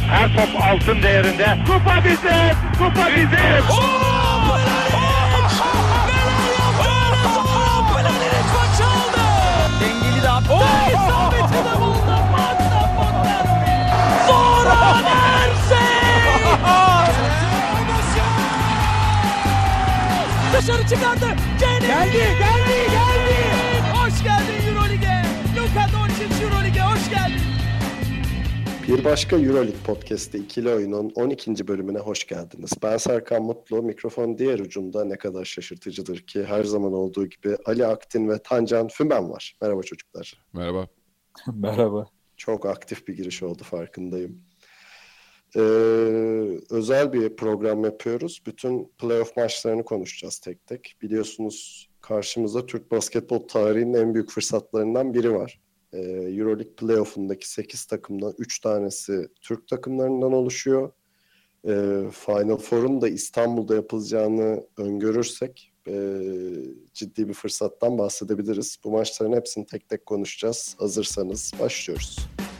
Her top altın değerinde. Kupa bizim, kupa bizim. Pjanic maçı aldı. Dengeli de attı. İsabeti de buldu. Zoran Ersin. Dışarı çıkardı. Geldi. Hoş geldin Euroleague'e. Luka Doncic Euroleague'e hoş geldin. Bir başka Euroleague Podcast'te ikili oyunun 12. bölümüne hoş geldiniz. Ben Serkan Mutlu, mikrofon diğer ucunda ne kadar şaşırtıcıdır ki her zaman olduğu gibi Ali Aktin ve Tancan Fümen var. Merhaba çocuklar. Merhaba. Merhaba. Çok aktif bir giriş oldu, farkındayım. Özel bir program yapıyoruz. Bütün playoff maçlarını konuşacağız tek tek. Biliyorsunuz karşımızda Türk basketbol tarihinin en büyük fırsatlarından biri var. Euroleague playoff'undaki 8 takımdan 3 tanesi Türk takımlarından oluşuyor. Final Four'un da İstanbul'da yapılacağını öngörürsek ciddi bir fırsattan bahsedebiliriz. Bu maçların hepsini tek tek konuşacağız. Hazırsanız başlıyoruz.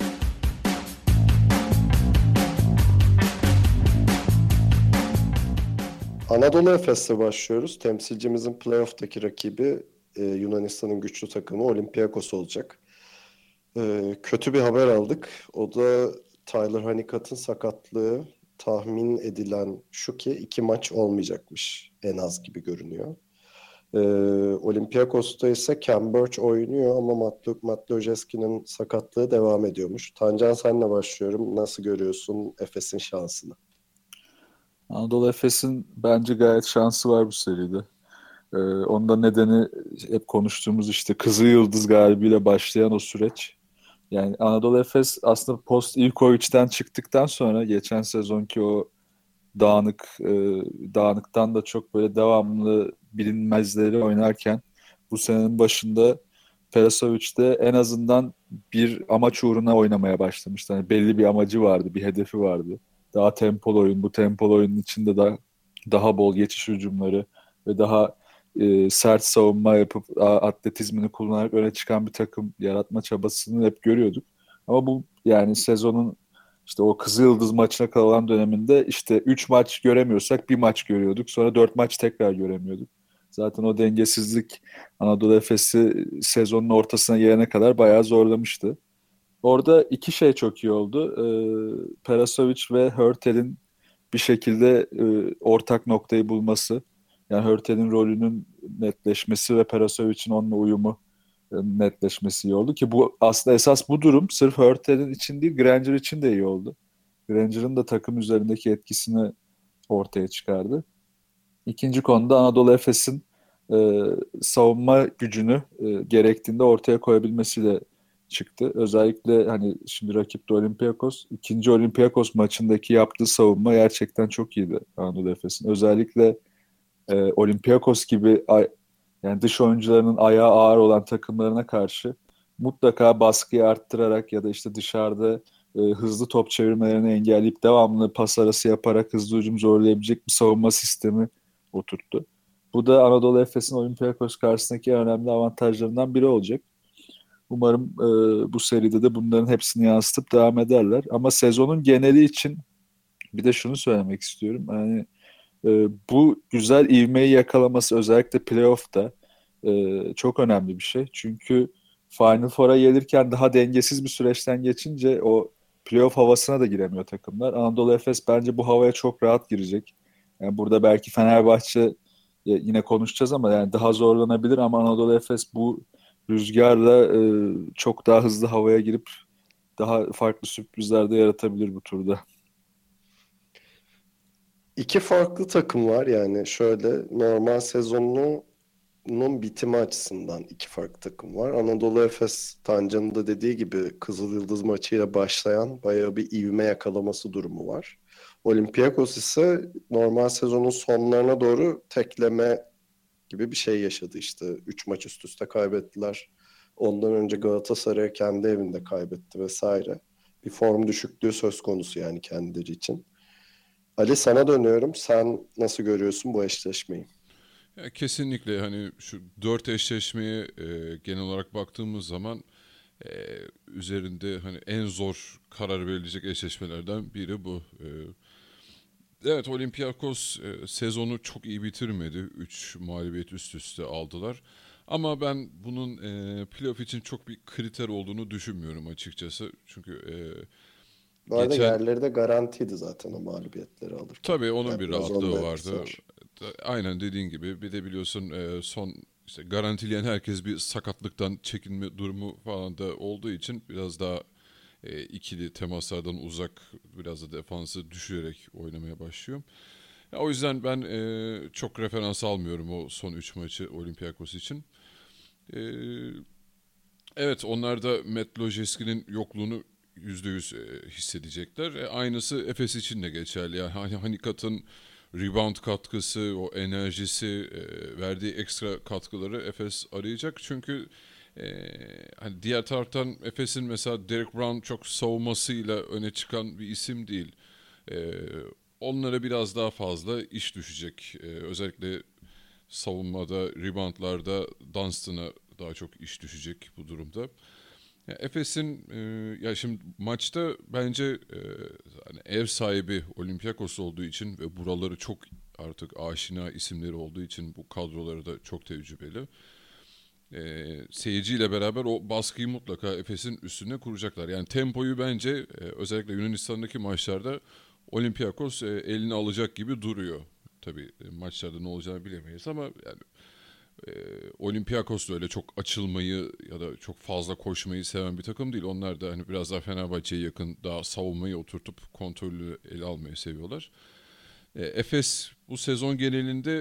Anadolu Efes'le başlıyoruz. Temsilcimizin playoff'taki rakibi Yunanistan'ın güçlü takımı Olympiakos olacak. Kötü bir haber aldık. O da Tyler Honeycutt'ın sakatlığı. Tahmin edilen şu ki 2 maç olmayacakmış en az gibi görünüyor. Olympiakos'ta ise Cam Birch oynuyor ama Matt Lojeski'nin sakatlığı devam ediyormuş. Tancan, senle başlıyorum. Nasıl görüyorsun Efes'in şansını? Anadolu Efes'in bence gayet şansı var bu seride. Onun da nedeni hep konuştuğumuz işte Kızıl Yıldız galibiyle başlayan o süreç. Yani Anadolu Efes aslında post Ivkovic'ten çıktıktan sonra geçen sezonki o dağınıktan da çok böyle devamlı bilinmezleri oynarken bu senenin başında Perasovic'te en azından bir amaç uğruna oynamaya başlamıştı. Yani belli bir amacı vardı, bir hedefi vardı. Daha tempolu oyun, bu tempolu oyunun içinde daha bol geçiş hücumları ve daha sert savunma yapıp atletizmini kullanarak öne çıkan bir takım yaratma çabasını hep görüyorduk. Ama bu yani sezonun işte o Kızılyıldız maçına kalan döneminde işte 3 maç göremiyorsak bir maç görüyorduk. Sonra 4 maç tekrar göremiyorduk. Zaten o dengesizlik Anadolu Efes'i sezonun ortasına gelene kadar bayağı zorlamıştı. Orada iki şey çok iyi oldu. Perasovic ve Hurtel'in bir şekilde ortak noktayı bulması. Yani Hurtel'in rolünün netleşmesi ve Perasovic'in onunla uyumu netleşmesi iyi oldu. Ki bu aslında esas bu durum sırf Hurtel'in için değil, Granger için de iyi oldu. Granger'ın da takım üzerindeki etkisini ortaya çıkardı. İkinci konuda Anadolu Efes'in savunma gücünü gerektiğinde ortaya koyabilmesiyle çıktı. Özellikle hani şimdi rakip de Olympiakos. İkinci Olympiakos maçındaki yaptığı savunma gerçekten çok iyiydi Anadolu Efes'in. Özellikle Olympiakos gibi yani dış oyuncularının ayağı ağır olan takımlarına karşı mutlaka baskıyı arttırarak ya da işte dışarıda hızlı top çevirmelerini engelleyip devamlı pas arası yaparak hızlı hücum zorlayabilecek bir savunma sistemi oturttu. Bu da Anadolu Efes'in Olympiakos karşısındaki önemli avantajlarından biri olacak. Umarım bu seride de bunların hepsini yansıtıp devam ederler. Ama sezonun geneli için bir de şunu söylemek istiyorum. Yani bu güzel ivmeyi yakalaması özellikle playoff'ta çok önemli bir şey. Çünkü Final Four'a gelirken daha dengesiz bir süreçten geçince o playoff havasına da giremiyor takımlar. Anadolu Efes bence bu havaya çok rahat girecek. Yani burada belki Fenerbahçe yine konuşacağız ama yani daha zorlanabilir ama Anadolu Efes bu rüzgarla çok daha hızlı havaya girip daha farklı sürprizler de yaratabilir bu turda. İki farklı takım var, yani şöyle normal sezonunun bitimi açısından iki farklı takım var. Anadolu Efes, Tancan'ın da dediği gibi Kızılyıldız maçıyla başlayan bayağı bir ivme yakalaması durumu var. Olympiakos ise normal sezonun sonlarına doğru tekleme gibi bir şey yaşadı işte. 3 maç üst üste kaybettiler. Ondan önce Galatasaray'a kendi evinde kaybetti vesaire. Bir form düşüklüğü söz konusu yani kendileri için. Ali, sana dönüyorum. Sen nasıl görüyorsun bu eşleşmeyi? Ya kesinlikle hani şu 4 eşleşmeye genel olarak baktığımız zaman üzerinde hani en zor karar verilecek eşleşmelerden biri bu. Evet, Olympiakos sezonu çok iyi bitirmedi. 3 mağlubiyet üst üste aldılar. Ama ben bunun playoff için çok bir kriter olduğunu düşünmüyorum açıkçası. Çünkü Bu arada geçen yerleri de garantiydi zaten o mağlubiyetleri alırken. tabii onun Yani bir biraz onun rahatlığı da etkisi vardı. var. Aynen dediğin gibi. Bir de biliyorsun son işte garantileyen herkes bir sakatlıktan çekinme durumu falan da olduğu için biraz daha ikili temaslardan uzak, biraz da defansı düşürerek oynamaya başlıyor. Ya, o yüzden ben çok referans almıyorum o son 3 maçı Olympiakos için. E, evet, onlar da Matt Lojeski'nin yokluğunu %100 hissedecekler. Aynısı Efes için de geçerli. Yani Hanikat'ın rebound katkısı, o enerjisi, verdiği ekstra katkıları Efes arayacak. Çünkü hani diğer taraftan Efes'in mesela Derek Brown çok savunmasıyla öne çıkan bir isim değil. E, onlara biraz daha fazla iş düşecek. Özellikle savunmada, reboundlarda Dunstan'a daha çok iş düşecek bu durumda. Ya Efes'in ya şimdi maçta bence hani ev sahibi Olympiakos olduğu için ve buraları çok artık aşina isimleri olduğu için bu kadroları da çok tecrübeli. Seyirciyle beraber o baskıyı mutlaka Efes'in üstüne kuracaklar. Yani tempoyu bence özellikle Yunanistan'daki maçlarda Olympiakos eline alacak gibi duruyor. Tabii maçlarda ne olacağını bilemeyiz ama yani Olympiakos da öyle çok açılmayı ya da çok fazla koşmayı seven bir takım değil. Onlar da hani biraz daha Fenerbahçe'ye yakın, daha savunmayı oturtup kontrollü ele almayı seviyorlar. Efes bu sezon genelinde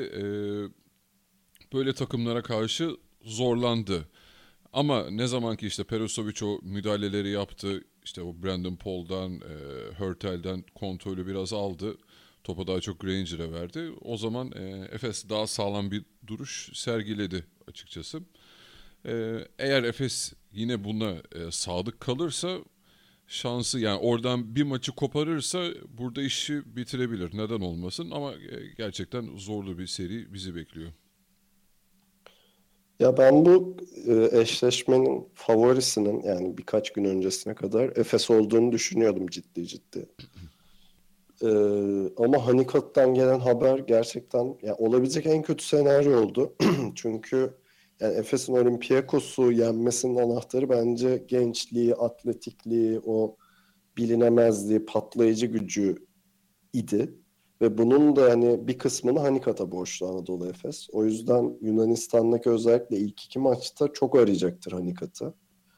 böyle takımlara karşı zorlandı. Ama ne zaman ki işte Perusovic o müdahaleleri yaptı, işte o Brandon Paul'dan, Hurtel'den kontrolü biraz aldı. Topu daha çok Ranger'a verdi. O zaman Efes daha sağlam bir duruş sergiledi açıkçası. Eğer Efes yine buna sadık kalırsa şansı, yani oradan bir maçı koparırsa burada işi bitirebilir. Neden olmasın, ama gerçekten zorlu bir seri bizi bekliyor. Ya ben bu eşleşmenin favorisinin yani birkaç gün öncesine kadar Efes olduğunu düşünüyordum ciddi ciddi. Ama Hanikat'tan gelen haber gerçekten ya olabilecek en kötü senaryo oldu. Çünkü yani Efes'in Olympiakos'u yenmesinin anahtarı bence gençliği, atletikliği, o bilinemezliği, patlayıcı gücü idi. Ve bunun da hani bir kısmını Hanikat'a borçlu Anadolu Efes. O yüzden Yunanistan'daki özellikle ilk iki maçta çok arayacaktır Hanikat'ı.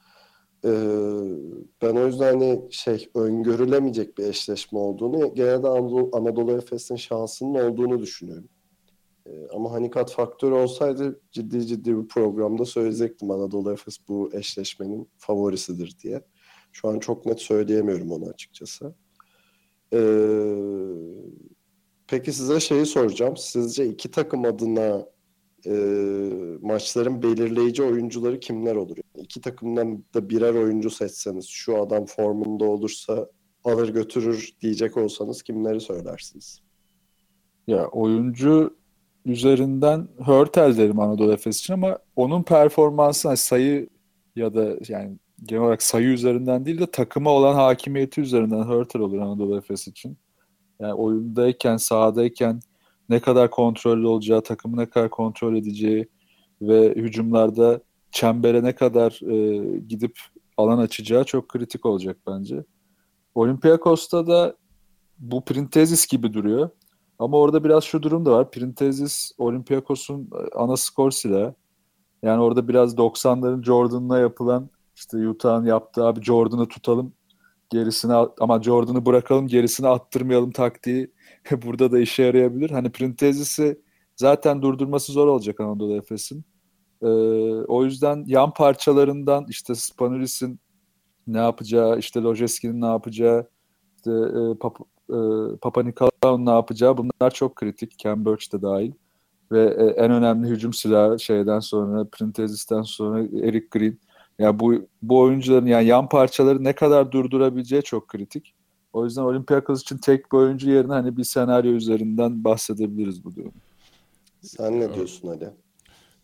Ben o yüzden hani öngörülemeyecek bir eşleşme olduğunu, genelde Anadolu Efes'in şansının olduğunu düşünüyorum. Ama Hanikat faktörü olsaydı ciddi ciddi bir programda söyleyecektim Anadolu Efes bu eşleşmenin favorisidir diye. Şu an çok net söyleyemiyorum onu açıkçası. Ee, peki size şeyi soracağım. Sizce iki takım adına e, maçların belirleyici oyuncuları kimler olur? Yani iki takımdan da birer oyuncu seçseniz, şu adam formunda olursa alır götürür diyecek olsanız kimleri söylersiniz? Ya oyuncu üzerinden Hurtel derim Anadolu Efes için ama onun performansı hani sayı ya da yani genel olarak sayı üzerinden değil de takıma olan hakimiyeti üzerinden Hurtel olur Anadolu Efes için. Yani oyundayken, sahadayken ne kadar kontrollü olacağı, takımı ne kadar kontrol edeceği ve hücumlarda çembere ne kadar gidip alan açacağı çok kritik olacak bence. Olympiakos'ta da bu Printezis gibi duruyor. Ama orada biraz şu durum da var. Printezis Olympiakos'un ana skor silahı. Yani orada biraz 90'ların Jordan'la yapılan işte Utah'ın yaptığı abi Jordan'ı tutalım gerisini ama Jordan'ı bırakalım gerisini attırmayalım taktiği burada da işe yarayabilir. Hani Printezis'i zaten durdurması zor olacak Anadolu Efes'in. Ee, o yüzden yan parçalarından işte Spanulis'in ne yapacağı, işte Lojeski'nin ne yapacağı, işte Papanikolaou'nun ne yapacağı bunlar çok kritik. Ken Burch de dahil. Ve en önemli hücum silahı şeyden sonra, Printezis'ten sonra Eric Green. Yani bu oyuncuların yani yan parçaları ne kadar durdurabileceği çok kritik. O yüzden Olympiakos için tek bir oyuncu yerine hani bir senaryo üzerinden bahsedebiliriz bu durum. Sen ne diyorsun Ali?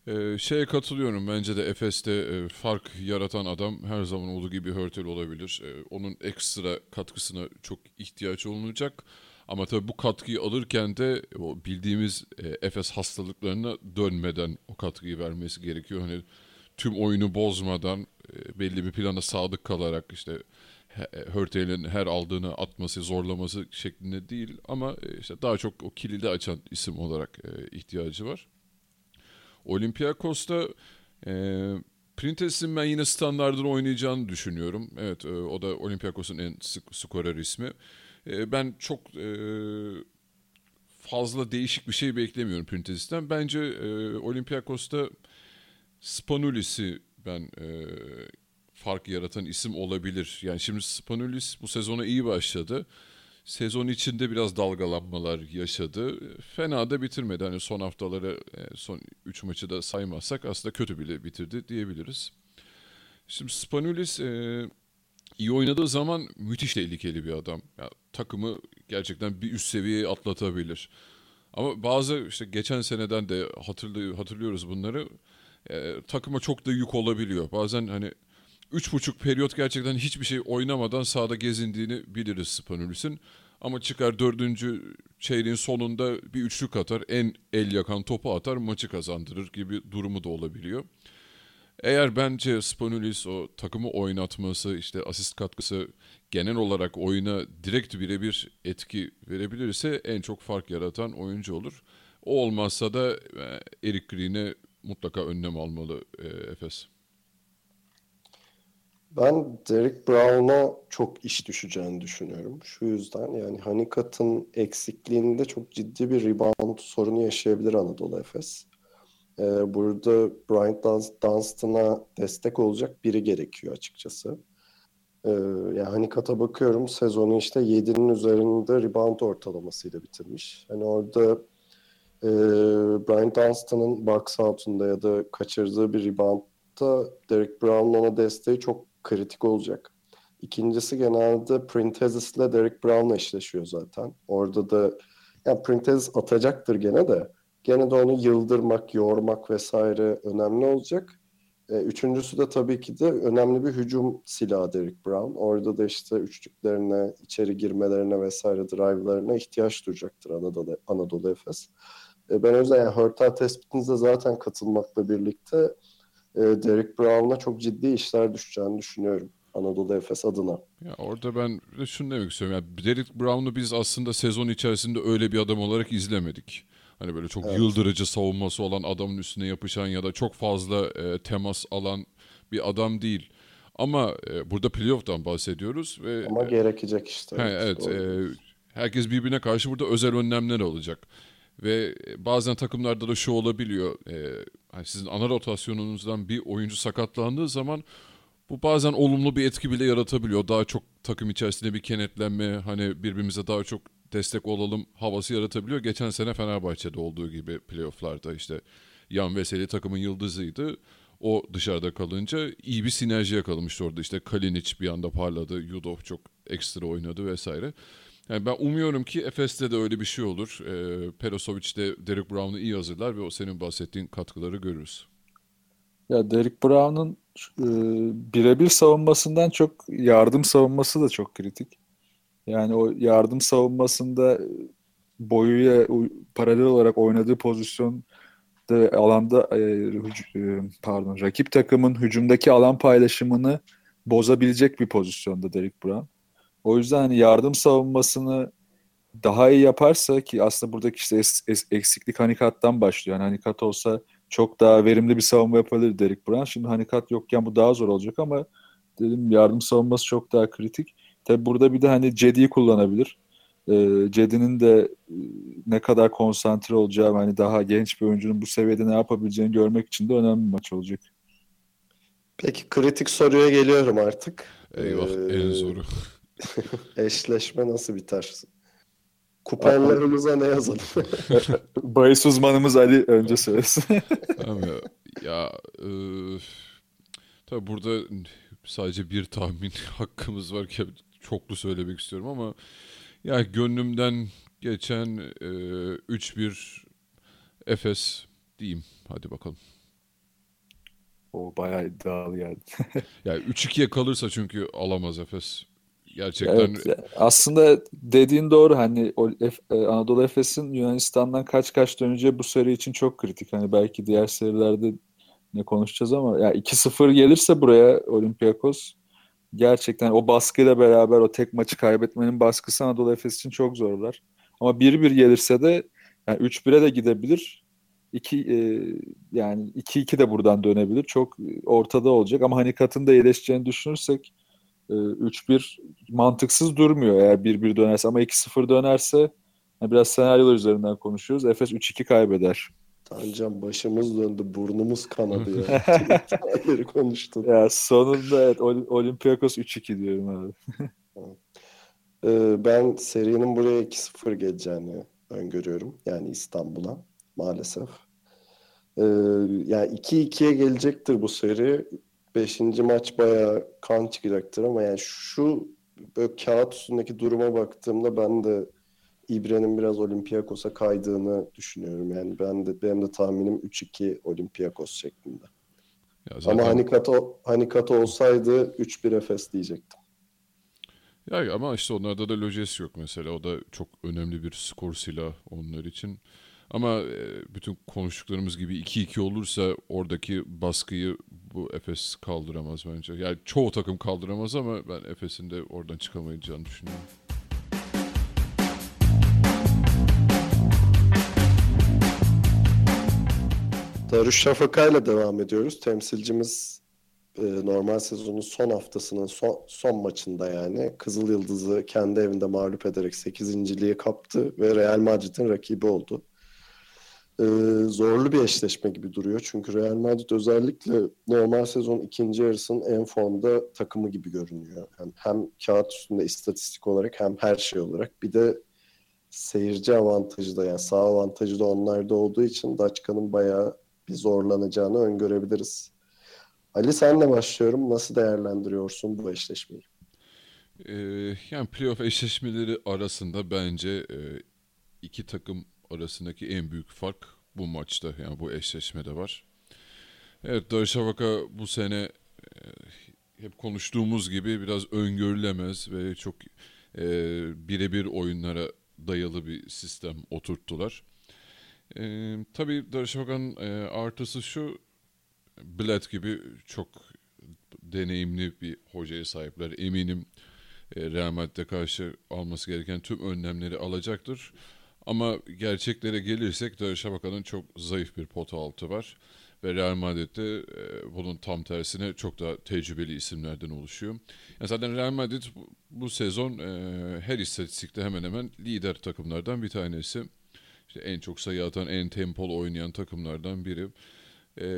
Şeye katılıyorum. Bence de Efes'te fark yaratan adam her zaman olduğu gibi Hurtel olabilir. Onun ekstra katkısına çok ihtiyaç olunacak. Ama tabii bu katkıyı alırken de o bildiğimiz Efes hastalıklarına dönmeden o katkıyı vermesi gerekiyor. Hani tüm oyunu bozmadan belli bir plana sadık kalarak işte Hurtel'in her aldığını atması, zorlaması şeklinde değil. Ama işte daha çok o kilidi açan isim olarak ihtiyacı var. Olympiakos'ta e, Printez'in ben yine standardını oynayacağını düşünüyorum. Evet, o da Olympiakos'un en sık skorer ismi. Ben çok fazla değişik bir şey beklemiyorum Printez'den. Bence Olympiakos'ta Spanoulis'i ben fark yaratan isim olabilir. Yani şimdi Spanoulis bu sezona iyi başladı. Sezon içinde biraz dalgalanmalar yaşadı. Fena da bitirmedi. Hani son haftaları, son 3 maçı da saymazsak aslında kötü bile bitirdi diyebiliriz. Şimdi Spanoulis iyi oynadığı zaman müthiş tehlikeli bir adam. Ya, takımı gerçekten bir üst seviyeye atlatabilir. Ama bazı işte geçen seneden de hatırlıyoruz bunları. Takıma çok da yük olabiliyor. Bazen hani 3,5 periyot gerçekten hiçbir şey oynamadan sahada gezindiğini biliriz Spanoulis'in. Ama çıkar dördüncü çeyreğin sonunda bir üçlük atar, en el yakan topu atar, maçı kazandırır gibi durumu da olabiliyor. Eğer bence Spanoulis o takımı oynatması, işte asist katkısı genel olarak oyuna direkt birebir etki verebilirse en çok fark yaratan oyuncu olur. O olmazsa da Eric Green'e mutlaka önlem almalı Efes. Ben Derek Brown'a çok iş düşeceğini düşünüyorum. Şu yüzden yani Honeycutt'ın eksikliğinde çok ciddi bir rebound sorunu yaşayabilir Anadolu Efes. Burada Bryant Dunstan'a destek olacak biri gerekiyor açıkçası. Yani Honeycutt'a bakıyorum, sezonu işte 7'nin üzerinde rebound ortalamasıyla bitirmiş. Hani orada e, Bryant Dunstan'ın box out'unda ya da kaçırdığı bir reboundda Derek Brown'un ona desteği çok kritik olacak. İkincisi, genelde Printezis ile Derek Brown eşleşiyor zaten. Orada da yani Printezis atacaktır gene de onu yıldırmak, yormak vesaire önemli olacak. Üçüncüsü de tabii ki de önemli bir hücum silahı Derek Brown. Orada da işte üçlüklerine, içeri girmelerine vesaire drive'larına ihtiyaç duyacaktır Anadolu Efes. Ben o yüzden yani Hurtel tespitinize zaten katılmakla birlikte Derek Brown'a çok ciddi işler düşeceğini düşünüyorum Anadolu Efes adına. Ya orada ben de şunu demek istiyorum. Yani Derek Brown'u biz aslında sezon içerisinde öyle bir adam olarak izlemedik. Hani böyle çok Evet. yıldırıcı savunması olan, adamın üstüne yapışan ya da çok fazla temas alan bir adam değil. Ama burada playoff'tan bahsediyoruz ve Ama gerekecek işte. evet, Doğru. herkes birbirine karşı burada özel önlemler alacak. Ve bazen takımlarda da şu olabiliyor. Hani sizin ana rotasyonunuzdan bir oyuncu sakatlandığı zaman bu bazen olumlu bir etki bile yaratabiliyor. Daha çok takım içerisinde bir kenetlenme, hani birbirimize daha çok destek olalım havası yaratabiliyor. Geçen sene Fenerbahçe'de olduğu gibi playofflarda işte Yan Veseli takımın yıldızıydı. O dışarıda kalınca iyi bir sinerji yakalamıştı orada. İşte Kalinic bir anda parladı, Yudov çok ekstra oynadı vesaire. Yani ben umuyorum ki Efes'te de öyle bir şey olur. Perasovic de Derek Brown'u iyi hazırlar ve o senin bahsettiğin katkıları görürüz. Ya Derek Brown'un e, birebir savunmasından çok yardım savunması da çok kritik. Yani o yardım savunmasında boyuyla paralel olarak oynadığı pozisyon da alanda pardon, rakip takımın hücumdaki alan paylaşımını bozabilecek bir pozisyonda Derek Brown. O yüzden hani yardım savunmasını daha iyi yaparsa, ki aslında buradaki işte eksiklik Hanikat'tan başlıyor. Yani Hanikat olsa çok daha verimli bir savunma yapabilir Derek Brown. Şimdi Hanikat yokken bu daha zor olacak ama dedim, yardım savunması çok daha kritik. Tabi burada bir de hani Cedi'yi kullanabilir. Cedi'nin de ne kadar konsantre olacağı, hani daha genç bir oyuncunun bu seviyede ne yapabileceğini görmek için de önemli bir maç olacak. Peki, kritik soruya geliyorum artık. Eyvah, en zoru. Eşleşme nasıl biter? A- Kuponlarımıza ne yazalım? Bahis uzmanımız Ali önce söylesin. Abi ya tabii burada sadece bir tahmin hakkımız var ki çoklu söylemek istiyorum ama ya gönlümden geçen 3-1 Efes diyeyim. Hadi bakalım. O bayağı iddialı geldi. Yani 3-2'ye kalırsa çünkü alamaz Efes. Gerçekten Evet, aslında dediğin doğru. Hani Anadolu Efes'in Yunanistan'dan kaç döneceği bu seri için çok kritik. Hani belki diğer serilerde ne konuşacağız ama ya 2-0 gelirse buraya Olympiakos, gerçekten o baskıyla beraber o tek maçı kaybetmenin baskısı Anadolu Efes için çok zorlar. Ama 1-1 gelirse de yani 3-1'e de gidebilir. Yani 2-2 de buradan dönebilir. Çok ortada olacak ama hani Kat'ın da iyileşeceğini düşünürsek 3-1 mantıksız durmuyor eğer 1-1 dönerse, ama 2-0 dönerse yani biraz senaryolar üzerinden konuşuyoruz. Efes 3-2 kaybeder. Tancan başımız döndü, burnumuz kanadı ya. Tüm hikayeleri konuştun. Ya sonunda evet, Olympiakos 3-2 diyorum abi. Ben serinin buraya 2-0 geleceğini öngörüyorum. Yani İstanbul'a maalesef. Ee, Yani 2-2'ye gelecektir bu seri. Beşinci maç bayağı kan çıkacaktır ama yani şu böyle kağıt üstündeki duruma baktığımda ben de İbre'nin biraz Olympiakos'a kaydığını düşünüyorum. Yani benim de tahminim 3-2 Olympiakos şeklinde. ya Ama zaten Hani Kato olsaydı 3-1 Efes diyecektim. ya ama işte onlarda da Lojes yok mesela. O da çok önemli bir skor silahı onlar için. Ama bütün konuştuklarımız gibi 2-2 olursa oradaki baskıyı bu Efes kaldıramaz bence. Yani çoğu takım kaldıramaz ama ben Efes'in de oradan çıkamayacağını düşünüyorum. Darüşşafaka'yla devam ediyoruz. Temsilcimiz normal sezonun son haftasının son maçında yani Kızıl Yıldız'ı kendi evinde mağlup ederek sekizinciliği kaptı ve Real Madrid'in rakibi oldu. E, Zorlu bir eşleşme gibi duruyor. Çünkü Real Madrid özellikle normal sezon ikinci yarısının en formda takımı gibi görünüyor. Hem kağıt üstünde istatistik olarak hem her şey olarak. Bir de seyirci avantajı da yani sağ avantajı da onlarda olduğu için Daçka'nın bayağı bir zorlanacağını öngörebiliriz. Ali senle başlıyorum. Nasıl değerlendiriyorsun bu eşleşmeyi? Ee, Yani playoff eşleşmeleri arasında bence iki takım arasındaki en büyük fark bu maçta, yani bu eşleşmede var. Evet, Darüşşafaka bu sene hep konuştuğumuz gibi biraz öngörülemez ve çok birebir oyunlara dayalı bir sistem oturttular. Tabii Darüşşafaka'nın artısı şu: Bled gibi çok deneyimli bir hocaya sahipler. Eminim Real Madrid'e karşı alması gereken tüm önlemleri alacaktır. Ama gerçeklere gelirsek Darüşşafaka'nın çok zayıf bir pota altı var. Ve Real Madrid'de bunun tam tersine çok daha tecrübeli isimlerden oluşuyor. Yani zaten Real Madrid bu sezon her istatistikte hemen hemen lider takımlardan bir tanesi. İşte en çok sayı atan, en tempolu oynayan takımlardan biri. E,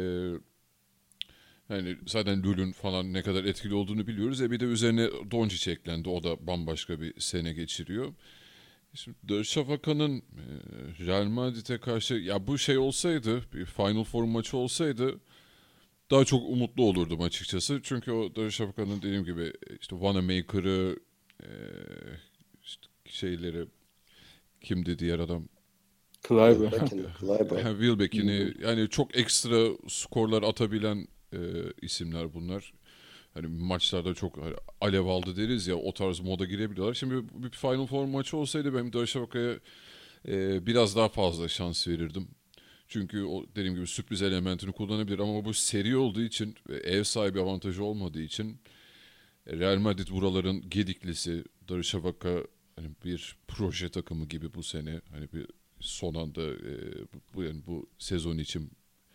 Yani zaten Lul'ün falan ne kadar etkili olduğunu biliyoruz. Bir de üzerine Doncic eklendi. O da bambaşka bir sene geçiriyor. Şimdi Darüşşafaka'nın Real Madrid'e karşı, ya bu şey olsaydı, bir Final Four maçı olsaydı daha çok umutlu olurdum açıkçası. Çünkü o Darüşşafaka'nın dediğim gibi işte Wanamaker'ı, e, işte şeyleri, kimdi diğer adam? Clyburn. Clyburn. Wilbeck'ini, yani çok ekstra skorlar atabilen isimler bunlar. Hani maçlarda çok hani alev aldı deriz ya, o tarz moda girebiliyorlar. Şimdi bir Final Four maçı olsaydı ben Darüşşafaka'ya biraz daha fazla şans verirdim. Çünkü o dediğim gibi sürpriz elementini kullanabilir ama bu seri olduğu için ve ev sahibi avantajı olmadığı için Real Madrid buraların gediklisi, Darüşşafaka hani bir proje takımı gibi bu sene, hani bir son anda yani bu sezon için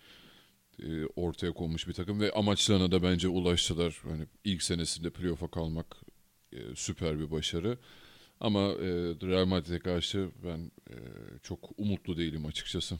ortaya konmuş bir takım ve amaçlarına da bence ulaştılar. Hani ilk senesinde playoff'a kalmak süper bir başarı. Ama Real Madrid'e karşı ben çok umutlu değilim açıkçası.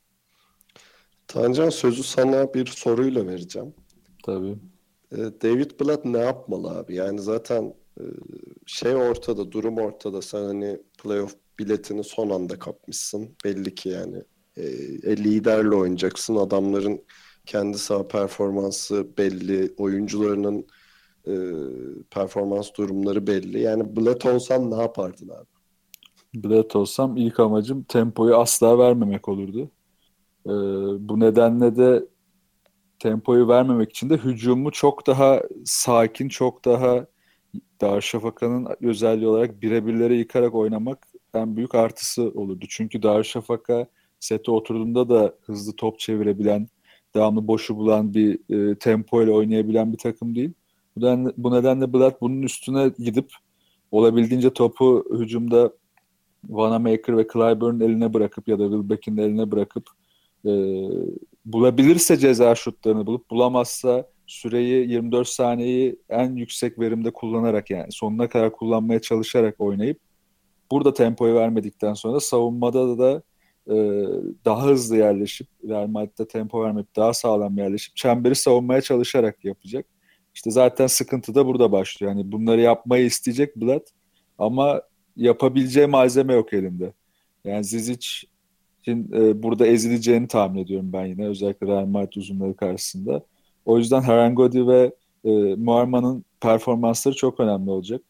Tancan, sözü sana bir soruyla vereceğim. Tabii. David Blatt ne yapmalı abi? Yani zaten şey ortada, durum ortada. Sen hani playoff biletini son anda kapmışsın. Belli ki yani liderle oynayacaksın. Adamların kendi saha performansı belli. Oyuncularının e, performans durumları belli. Yani Blatt olsan ne yapardın abi? Bilet olsam ilk amacım tempoyu asla vermemek olurdu. Ee, Bu nedenle de tempoyu vermemek için de hücumu çok daha sakin, çok daha Darüşşafaka'nın özelliği olarak birebirlere yıkarak oynamak en büyük artısı olurdu. Çünkü Darüşşafaka sete oturduğunda da hızlı top çevirebilen, devamlı boşu bulan bir tempo ile oynayabilen bir takım değil. Bu nedenle Blatt bunun üstüne gidip olabildiğince topu hücumda Wanamaker ve Clyburn'un eline bırakıp ya da Wilbeck'in eline bırakıp e, bulabilirse ceza şutlarını bulup bulamazsa süreyi 24 saniyeyi en yüksek verimde kullanarak yani sonuna kadar kullanmaya çalışarak oynayıp burada tempoyu vermedikten sonra savunmada da e, daha hızlı yerleşip Real Madrid'de tempo vermeyip daha sağlam yerleşip çemberi savunmaya çalışarak yapacak. İşte zaten sıkıntı da burada başlıyor. Yani bunları yapmayı isteyecek Blatt ama yapabileceği malzeme yok elinde. Yani Zizic'in burada ezileceğini tahmin ediyorum ben yine özellikle Real Madrid uzunları karşısında. O yüzden Herangodi ve Muarman'ın performansları çok önemli olacak.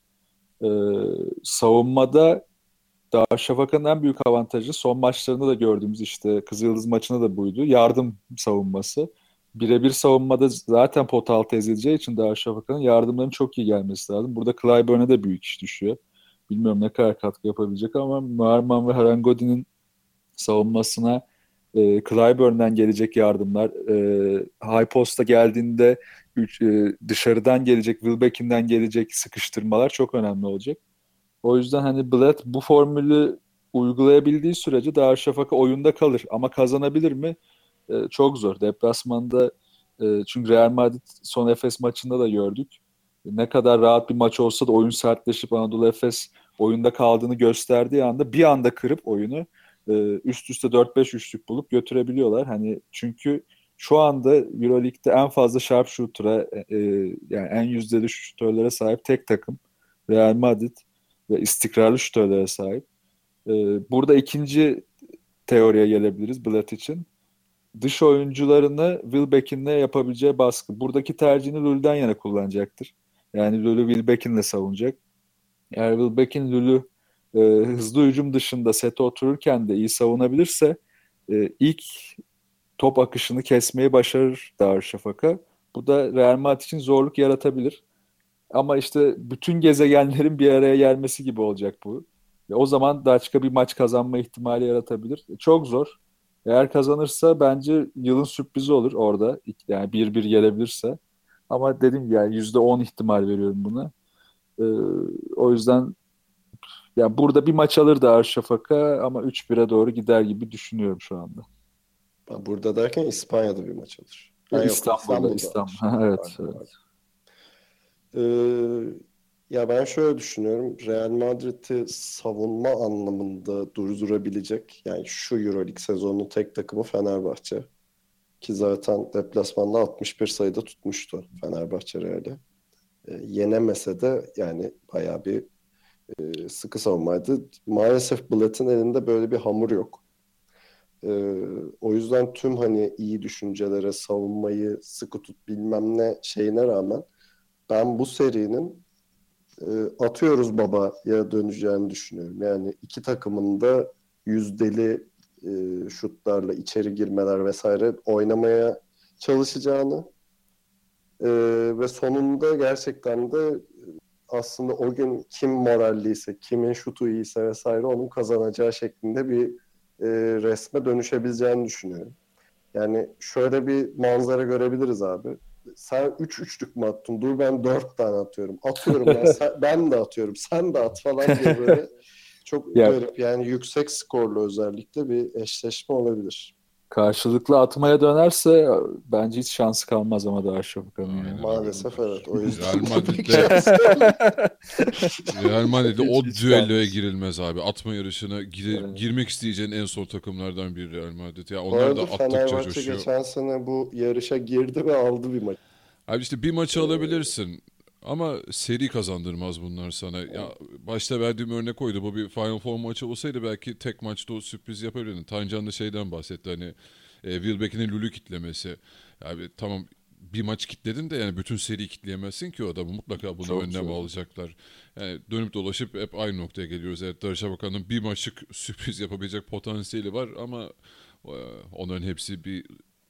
Savunmada Darüşşafaka'nın en büyük avantajı son maçlarında da gördüğümüz işte Kızılyıldız maçında da buydu. Yardım savunması. Birebir savunmada zaten pot altı ezileceği için Darüşşafaka'nın yardımların çok iyi gelmesi lazım. Burada Clyburn'e de büyük iş düşüyor. Bilmiyorum ne kadar katkı yapabilecek ama Muarman ve Herangodi'nin savunmasına Clyburn'den gelecek yardımlar, high post'a geldiğinde dışarıdan gelecek, Wilbeck'inden gelecek sıkıştırmalar çok önemli olacak. O yüzden hani Blatt bu formülü uygulayabildiği sürece Darüşşafaka oyunda kalır. Ama kazanabilir mi? Çok zor. Deplasmanda çünkü Real Madrid son Efes maçında da gördük. Ne kadar rahat bir maç olsa da oyun sertleşip Anadolu Efes oyunda kaldığını gösterdiği anda bir anda kırıp oyunu üst üste 4-5 üçlük bulup götürebiliyorlar. Hani çünkü şu anda Euroleague'de en fazla sharpshooter'a yani en yüzdeli şutörlere sahip tek takım Real Madrid ve istikrarlı şutörlere sahip. Burada ikinci teoriye gelebiliriz Blatt için. Dış oyuncularını Wilbeck'inle yapabileceği baskı. Buradaki tercihini Lül'den yana kullanacaktır. Yani Lül'ü Wilbeck'inle savunacak. Eğer Wilbeck'in Lül'ü hızlı hücum dışında sete otururken de iyi savunabilirse ilk top akışını kesmeyi başarır Darüşşafaka. Bu da Real Madrid için zorluk yaratabilir. Ama işte bütün gezegenlerin bir araya gelmesi gibi olacak bu. Ve o zaman Daçka bir maç kazanma ihtimali yaratabilir. Çok zor. Eğer kazanırsa bence yılın sürprizi olur orada. Yani 1-1 gelebilirse. Ama dediğim gibi yani %10 ihtimal veriyorum buna. Ee, O yüzden ya burada bir maç alır Darüşşafaka ama 3-1'e doğru gider gibi düşünüyorum şu anda. Burada derken İspanya'da bir maç alır. Ha, yok, İstanbul'da. İstanbul'da. Evet, Pardon, evet. Ya ben şöyle düşünüyorum. Real Madrid'i savunma anlamında durdurabilecek yani şu EuroLeague sezonunun tek takımı Fenerbahçe. Ki zaten deplasmanda 61 sayıda tutmuştu Fenerbahçe Real'i. Yenemese de yani bayağı bir sıkı savunmaydı. Maalesef Blatt'ın elinde böyle bir hamur yok. O yüzden tüm hani iyi düşüncelere, savunmayı sıkı tut bilmem ne şeyine rağmen ben bu serinin atıyoruz babaya döneceğini düşünüyorum. Yani iki takımın da yüzdeli şutlarla içeri girmeler vesaire oynamaya çalışacağını ve sonunda gerçekten de aslında o gün kim moralliyse, kimin şutu iyiyse vesaire onun kazanacağı şeklinde bir resme dönüşebileceğini düşünüyorum. Yani şöyle bir manzara görebiliriz abi. Sen 3 üçlük mü attın? Dur ben 4 tane atıyorum. Atıyorum ben de atıyorum. Sen de at falan diye böyle çok Ya, garip yani yüksek skorlu özellikle bir eşleşme olabilir. karşılıklı atmaya dönerse bence hiç şansı kalmaz ama Darüşşafaka'nın ya. Aynen Maalesef öyle. evet. O yüzden Real de pek Madrid'de şans kalmadı. Real Madrid'de o Hiç düelloya kalmaz. girilmez abi. Atma yarışına Evet. girmek isteyeceğin en son takımlardan biri Real Madrid. Ya Bu onlar da arada attıkça Fenerbahçe coşuyor. geçen sene bu yarışa girdi ve aldı bir maç. Abi işte bir maçı alabilirsin ama seri kazandırmaz bunlar sana. Ya başta verdiğim örnek oydu. Bu bir Final Four maçı olsaydı belki tek maçta o sürpriz yapabilirdin. Tancan da şeyden bahsetti hani Wilbeck'in Lül'ü kitlemesi. Abi tamam bir maç kitledin de yani bütün seri kitleyemezsin ki o adamı mutlaka buna Çok önlem zor. alacaklar. Yani dönüp dolaşıp hep aynı noktaya geliyoruz. Evet Darüşşafaka'nın bir maçlık sürpriz yapabilecek potansiyeli var ama onların hepsi bir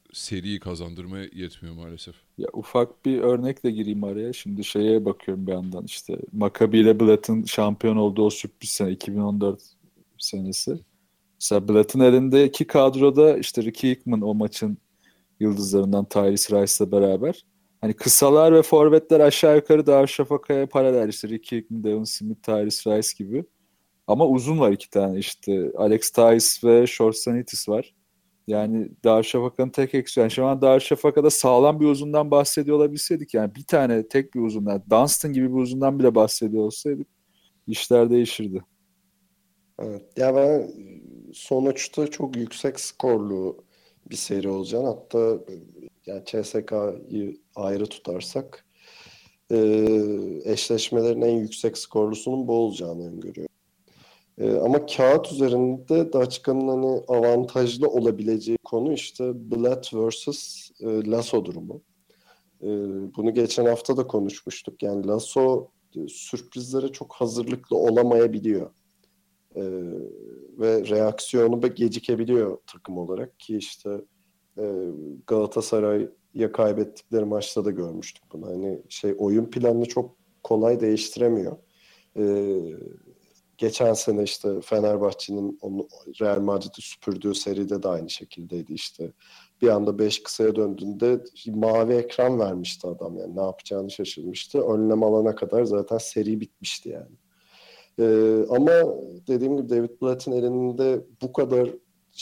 seriyi kazandırmaya yetmiyor maalesef. Ya ufak bir örnekle gireyim araya. Şimdi şeye bakıyorum bir yandan, işte Maccabi ile Blatt'ın şampiyon olduğu o sürpriz sene 2014 senesi. Mesela Blatt'ın elindeki kadroda işte Ricky Hickman o maçın yıldızlarından, Tyrese Rice'la beraber. Hani kısalar ve forvetler aşağı yukarı Darüşşafaka'ya paralel, işte Ricky Hickman, Devin Smith, Tyrese Rice gibi. Ama uzun var iki tane, işte Alex Tyus ve Shortsanitis var. Yani Darüşşafaka'nın tek eksiği. Yani şu an Darüşşafaka'da sağlam bir uzundan bahsediyor olabilseydik, yani bir tane tek bir uzundan, Dunstan gibi bir uzundan bile bahsediyor olsaydık işler değişirdi. Evet. Ya ben sonuçta çok yüksek skorlu bir seri olacağını, hatta yani CSK'yı ayrı tutarsak eşleşmelerin en yüksek skorlusunun bu olacağını öngörüyorum. Ama kağıt üzerinde Daçka'nın hani avantajlı olabileceği konu işte Blatt vs. Lasso durumu. E, Bunu geçen hafta da konuşmuştuk. Yani Lasso sürprizlere çok hazırlıklı olamayabiliyor. E, Ve reaksiyonu da gecikebiliyor takım olarak ki işte Galatasaray'a kaybettikleri maçta da görmüştük bunu. Hani oyun planını çok kolay değiştiremiyor. E, Geçen sene işte Fenerbahçe'nin onu Real Madrid'i süpürdüğü seride de aynı şekildeydi işte. Bir anda 5 kısaya döndüğünde mavi ekran vermişti adam, yani ne yapacağını şaşırmıştı. Önlem alana kadar zaten seri bitmişti yani. Ama dediğim gibi David Blatt'ın elinde bu kadar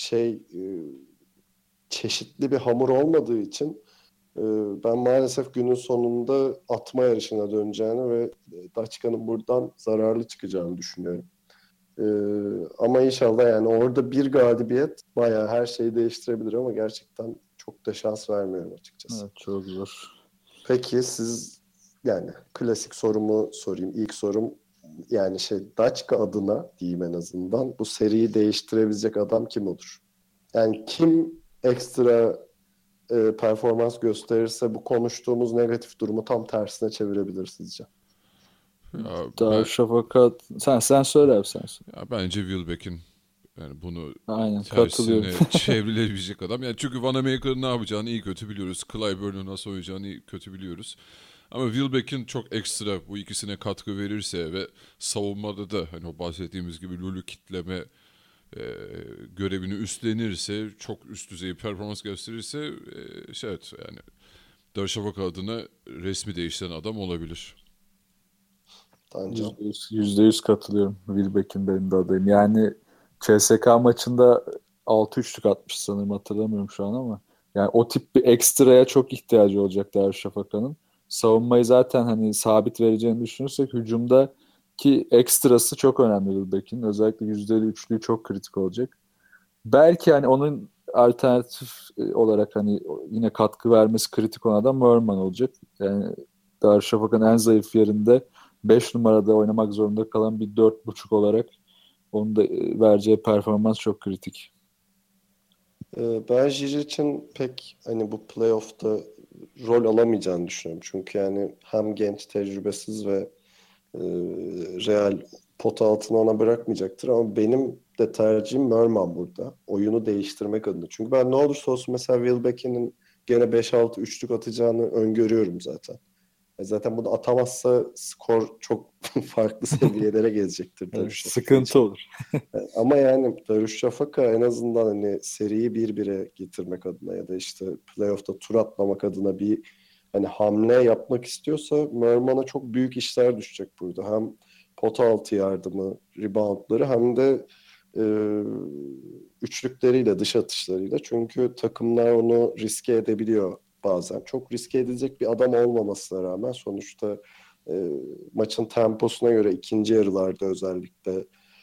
çeşitli bir hamur olmadığı için e, ben maalesef günün sonunda atma yarışına döneceğini ve Daçka'nın buradan zararlı çıkacağını düşünüyorum. Ama inşallah yani orada bir galibiyet bayağı her şeyi değiştirebilir ama gerçekten çok da şans vermiyorum açıkçası. Evet, çok zor. Peki siz, yani klasik sorumu sorayım. İlk sorum yani Daçka adına diyeyim en azından, bu seriyi değiştirebilecek adam kim olur? Yani kim ekstra performans gösterirse bu konuştuğumuz negatif durumu tam tersine çevirebilir sizce? Ya Darüşşafaka, sen söyle abi, sen söyle. ya bence Wilbeck'in, yani bunu Aynen, katılıyorum. tersine çevrilebilecek adam. Yani çünkü Vanamaker'ın ne yapacağını iyi kötü biliyoruz. Clyburn'un nasıl oynayacağını iyi kötü biliyoruz. Ama Wilbeck'in çok ekstra bu ikisine katkı verirse ve savunmada da hani o bahsettiğimiz gibi Lulu kitleme e, görevini üstlenirse, çok üst düzey bir performans gösterirse evet yani Darüşşafaka adına resmi değiştiren adam olabilir. Tancan. %100 katılıyorum. Wilbeck'in benim de adayım. Yani CSK maçında 6-3'lük atmış sanırım, hatırlamıyorum şu an ama yani o tip bir ekstraya çok ihtiyacı olacak Darüşşafaka'nın. Savunmayı zaten hani sabit vereceğini düşünürsek hücumdaki ekstrası çok önemli Wilbeck'in. Özellikle yüzdeli üçlüğü çok kritik olacak. Belki hani onun alternatif olarak hani yine katkı vermesi kritik olan adam Merman olacak. Yani Darüşşafaka'nın en zayıf yerinde 5 numarada oynamak zorunda kalan bir 4.5 olarak onun da vereceği performans çok kritik. Ben Jiri için pek hani bu playoff'ta rol alamayacağını düşünüyorum. Çünkü yani hem genç, tecrübesiz ve e, Real pot altına ona bırakmayacaktır. Ama benim de tercihim Merman burada. Oyunu değiştirmek adına. Çünkü ben ne olursa olsun mesela Wilbeck'in gene 5-6 üçlük atacağını öngörüyorum zaten. Zaten bunu atamazsa skor çok farklı seviyelere gelecektir Evet, Darüşşafaka sıkıntı için. olur. Ama yani Darüşşafaka en azından hani seriyi 1-1'e getirmek adına ya da işte playoff'ta tur atlamak adına bir hani hamle yapmak istiyorsa Merman'a çok büyük işler düşecek burada. Hem pota altı yardımı, reboundları hem de e, üçlükleriyle, dış atışlarıyla. Çünkü takımlar onu riske edebiliyor bazen. Çok riske edilecek bir adam olmamasına rağmen sonuçta e, maçın temposuna göre ikinci yarılarda özellikle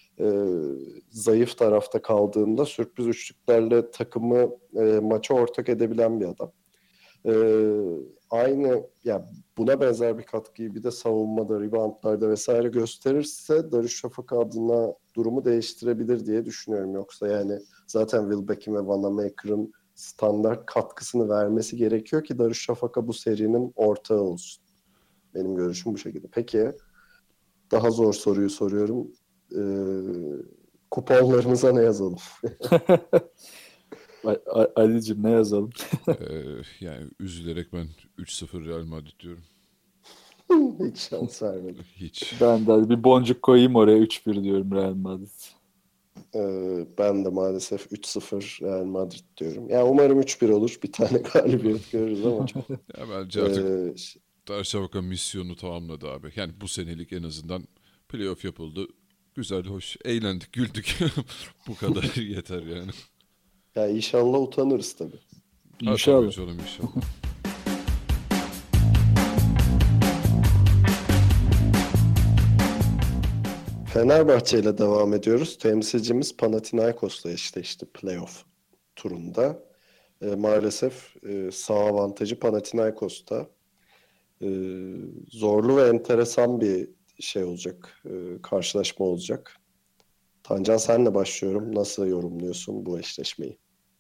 zayıf tarafta kaldığında sürpriz üçlüklerle takımı maça ortak edebilen bir adam. E, Aynı ya buna benzer bir katkıyı bir de savunmada, reboundlarda vesaire gösterirse Darüşşafaka adına durumu değiştirebilir diye düşünüyorum. Yoksa yani zaten Wilbeck'in ve Vanamaker'ın standart katkısını vermesi gerekiyor ki Darüşşafaka bu serinin ortağı olsun. Benim görüşüm bu şekilde. Peki daha zor soruyu soruyorum. Kuponlarımıza ne yazalım? Ali'cim ne yazalım? Yani üzülerek ben 3-0 Real Madrid diyorum. Hiç şans vermedim. Hiç. Ben de bir boncuk koyayım oraya, 3-1 diyorum Real Madrid. Ben de maalesef 3-0 Real Madrid diyorum. Ya umarım 3-1 olur. Bir tane galibiyet görürüz ama Ya bence artık ee, Darüşşafaka misyonu tamamladı abi. Yani bu senelik en azından playoff yapıldı. Güzel, hoş, eğlendik, güldük. Bu kadar yeter yani. ya inşallah utanırız tabii. Ha tabii İnşallah. canım, inşallah. Fenerbahçe ile devam ediyoruz. Temsilcimiz Panathinaikos'la eşleşti playoff turunda. Maalesef sağ avantajı Panathinaikos'ta. E, Zorlu ve enteresan bir şey olacak. Karşılaşma olacak. Tancan senle başlıyorum. Nasıl yorumluyorsun bu eşleşmeyi?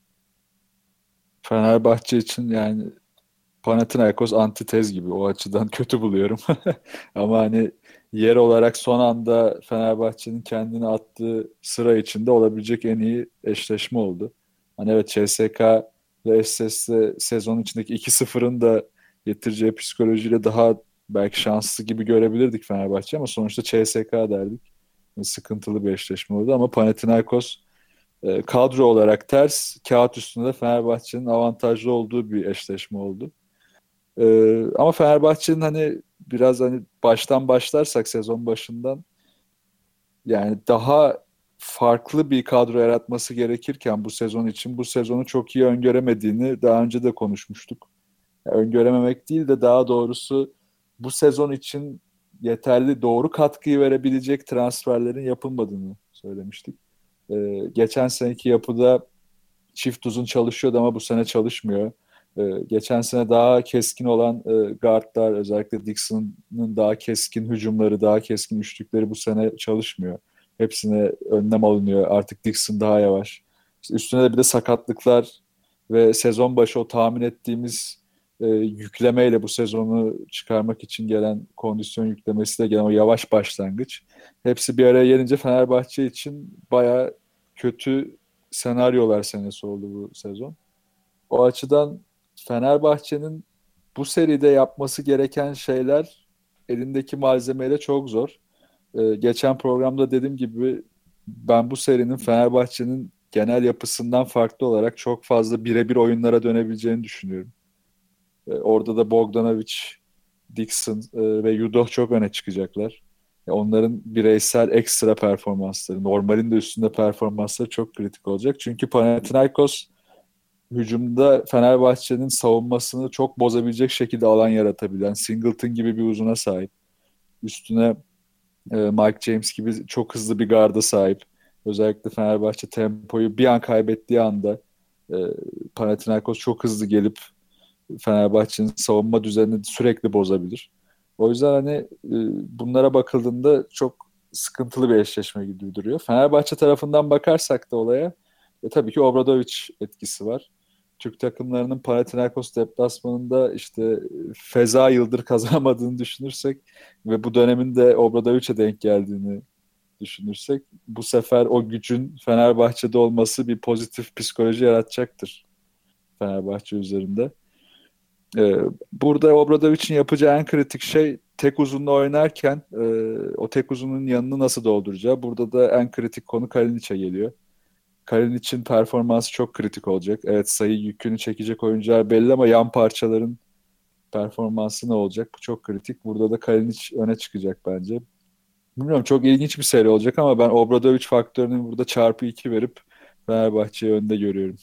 Fenerbahçe için yani Panathinaikos antitez gibi, o açıdan kötü buluyorum. Ama hani yer olarak son anda Fenerbahçe'nin kendini attığı sıra içinde olabilecek en iyi eşleşme oldu. Hani evet, CSKA ile Efes'le sezon içindeki 2-0'ın da getireceği psikolojiyle daha belki şanslı gibi görebilirdik Fenerbahçe, ama sonuçta CSKA derdik. Sıkıntılı bir eşleşme oldu ama Panathinaikos kadro olarak ters, kağıt üstünde Fenerbahçe'nin avantajlı olduğu bir eşleşme oldu. Ama Fenerbahçe'nin hani biraz hani baştan başlarsak, sezon başından yani daha farklı bir kadro yaratması gerekirken bu sezon için, bu sezonu çok iyi öngöremediğini daha önce de konuşmuştuk. Yani öngörememek değil de daha doğrusu bu sezon için yeterli doğru katkıyı verebilecek transferlerin yapılmadığını söylemiştik. Geçen seneki yapıda çift uzun çalışıyordu ama bu sene çalışmıyor. Geçen sene daha keskin olan guardlar, özellikle Dixon'ın daha keskin hücumları, daha keskin üçlükleri bu sene çalışmıyor. Hepsine önlem alınıyor. Artık Dixon daha yavaş. İşte üstüne de bir de sakatlıklar ve sezon başı o tahmin ettiğimiz yüklemeyle bu sezonu çıkarmak için gelen kondisyon yüklemesiyle gelen o yavaş başlangıç. Hepsi bir araya gelince Fenerbahçe için bayağı kötü senaryolar senesi oldu bu sezon. O açıdan Fenerbahçe'nin bu seride yapması gereken şeyler elindeki malzemeyle çok zor. Geçen programda dediğim gibi ben bu serinin Fenerbahçe'nin genel yapısından farklı olarak çok fazla birebir oyunlara dönebileceğini düşünüyorum. Orada da Bogdanovic, Dixon ve Yudoh çok öne çıkacaklar. Onların bireysel ekstra performansları, normalin de üstünde performansları çok kritik olacak. Çünkü Panathinaikos hücumda Fenerbahçe'nin savunmasını çok bozabilecek şekilde alan yaratabilen, Singleton gibi bir uzuna sahip. Üstüne Mike James gibi çok hızlı bir garda sahip. Özellikle Fenerbahçe tempoyu bir an kaybettiği anda e, Panathinaikos çok hızlı gelip Fenerbahçe'nin savunma düzenini sürekli bozabilir. O yüzden hani bunlara bakıldığında çok sıkıntılı bir eşleşme gibi duruyor. Fenerbahçe tarafından bakarsak da olaya tabii ki Obradovic etkisi var. Türk takımlarının Panathinaikos deplasmanında işte feza yıldır kazanamadığını düşünürsek ve bu dönemin de Obradovic'e denk geldiğini düşünürsek, bu sefer o gücün Fenerbahçe'de olması bir pozitif psikoloji yaratacaktır Fenerbahçe üzerinde. Burada Obradovic'in yapacağı en kritik şey, tek uzunla oynarken o tek uzunun yanını nasıl dolduracağı. Burada da en kritik konu Kalinic'e geliyor. Kalinic'in performansı çok kritik olacak. Evet, sayı yükünü çekecek oyuncular belli ama yan parçaların performansı ne olacak? Bu çok kritik. Burada da Kalinic öne çıkacak bence. Bilmiyorum, çok ilginç bir seri olacak ama ben Obradovic faktörünün burada çarpı 2 verip Fenerbahçe'yi önde görüyorum.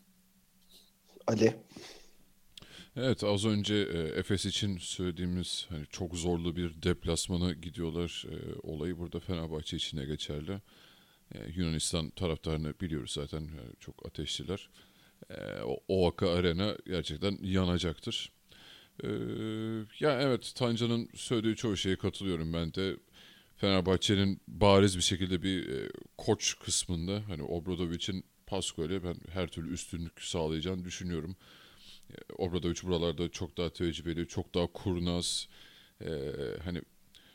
Ali. Evet, az önce Efes için söylediğimiz hani çok zorlu bir deplasmana gidiyorlar. Olayı burada Fenerbahçe için de geçerli. Yunanistan taraftarını biliyoruz zaten, çok ateşliler. O Oaka Arena gerçekten yanacaktır. Ee, Ya evet, Tancan'ın söylediği çoğu şeye katılıyorum ben de. Fenerbahçe'nin bariz bir şekilde bir koç kısmında hani Obradovic'in Pasko'yla ben her türlü üstünlük sağlayacağını düşünüyorum. Obradovic buralarda çok daha tecrübeli, çok daha kurnaz. Hani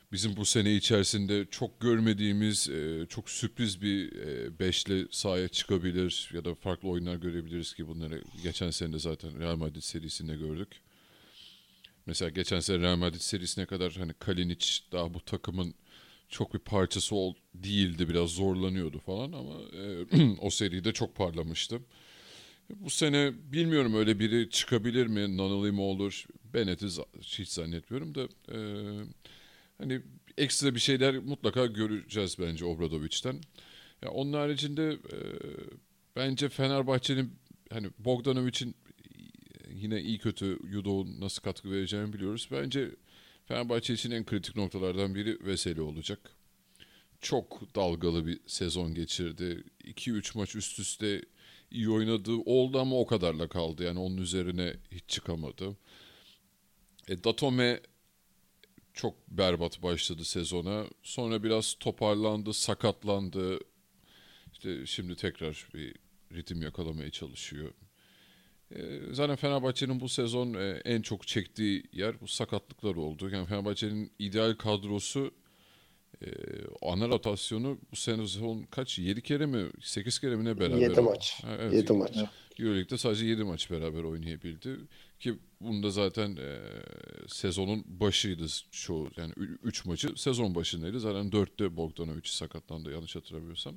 bizim bu sene içerisinde çok görmediğimiz, çok sürpriz bir beşli sahaya çıkabilir ya da farklı oyunlar görebiliriz ki bunları geçen sene de zaten Real Madrid serisinde gördük. Mesela geçen sene Real Madrid serisine kadar hani Kalinic daha bu takımın çok bir parçası değildi, biraz zorlanıyordu falan ama o seride çok parlamıştı. Bu sene bilmiyorum öyle biri çıkabilir mi? Nunley mi olur? Bennett'i hiç zannetmiyorum da hani ekstra bir şeyler mutlaka göreceğiz bence Obradoviç'ten. Ya onun haricinde bence Fenerbahçe'nin hani Bogdanovic'in yine iyi kötü Yudo'nun nasıl katkı vereceğini biliyoruz. Bence Fenerbahçe için en kritik noktalardan biri Veseli olacak. Çok dalgalı bir sezon geçirdi. 2-3 maç üst üste iyi oynadı. Oldu ama o kadarla kaldı. Yani onun üzerine hiç çıkamadı. Datome çok berbat başladı sezona. Sonra biraz toparlandı, sakatlandı. İşte şimdi tekrar bir ritim yakalamaya çalışıyor. Zaten Fenerbahçe'nin bu sezon en çok çektiği yer bu sakatlıklar oldu. Yani Fenerbahçe'nin ideal kadrosu, ana rotasyonu bu sezon kaç? 7 kere mi? 8 kere mi ne beraber? 7 maç. Ha, evet. 7 maç. Euroleague'de sadece 7 maç beraber oynayabildi. Ki bunda zaten sezonun başıydı çoğu. Yani 3 maçı sezon başındaydı. Zaten 4'te Bogdanovic sakatlandı yanlış hatırlamıyorsam.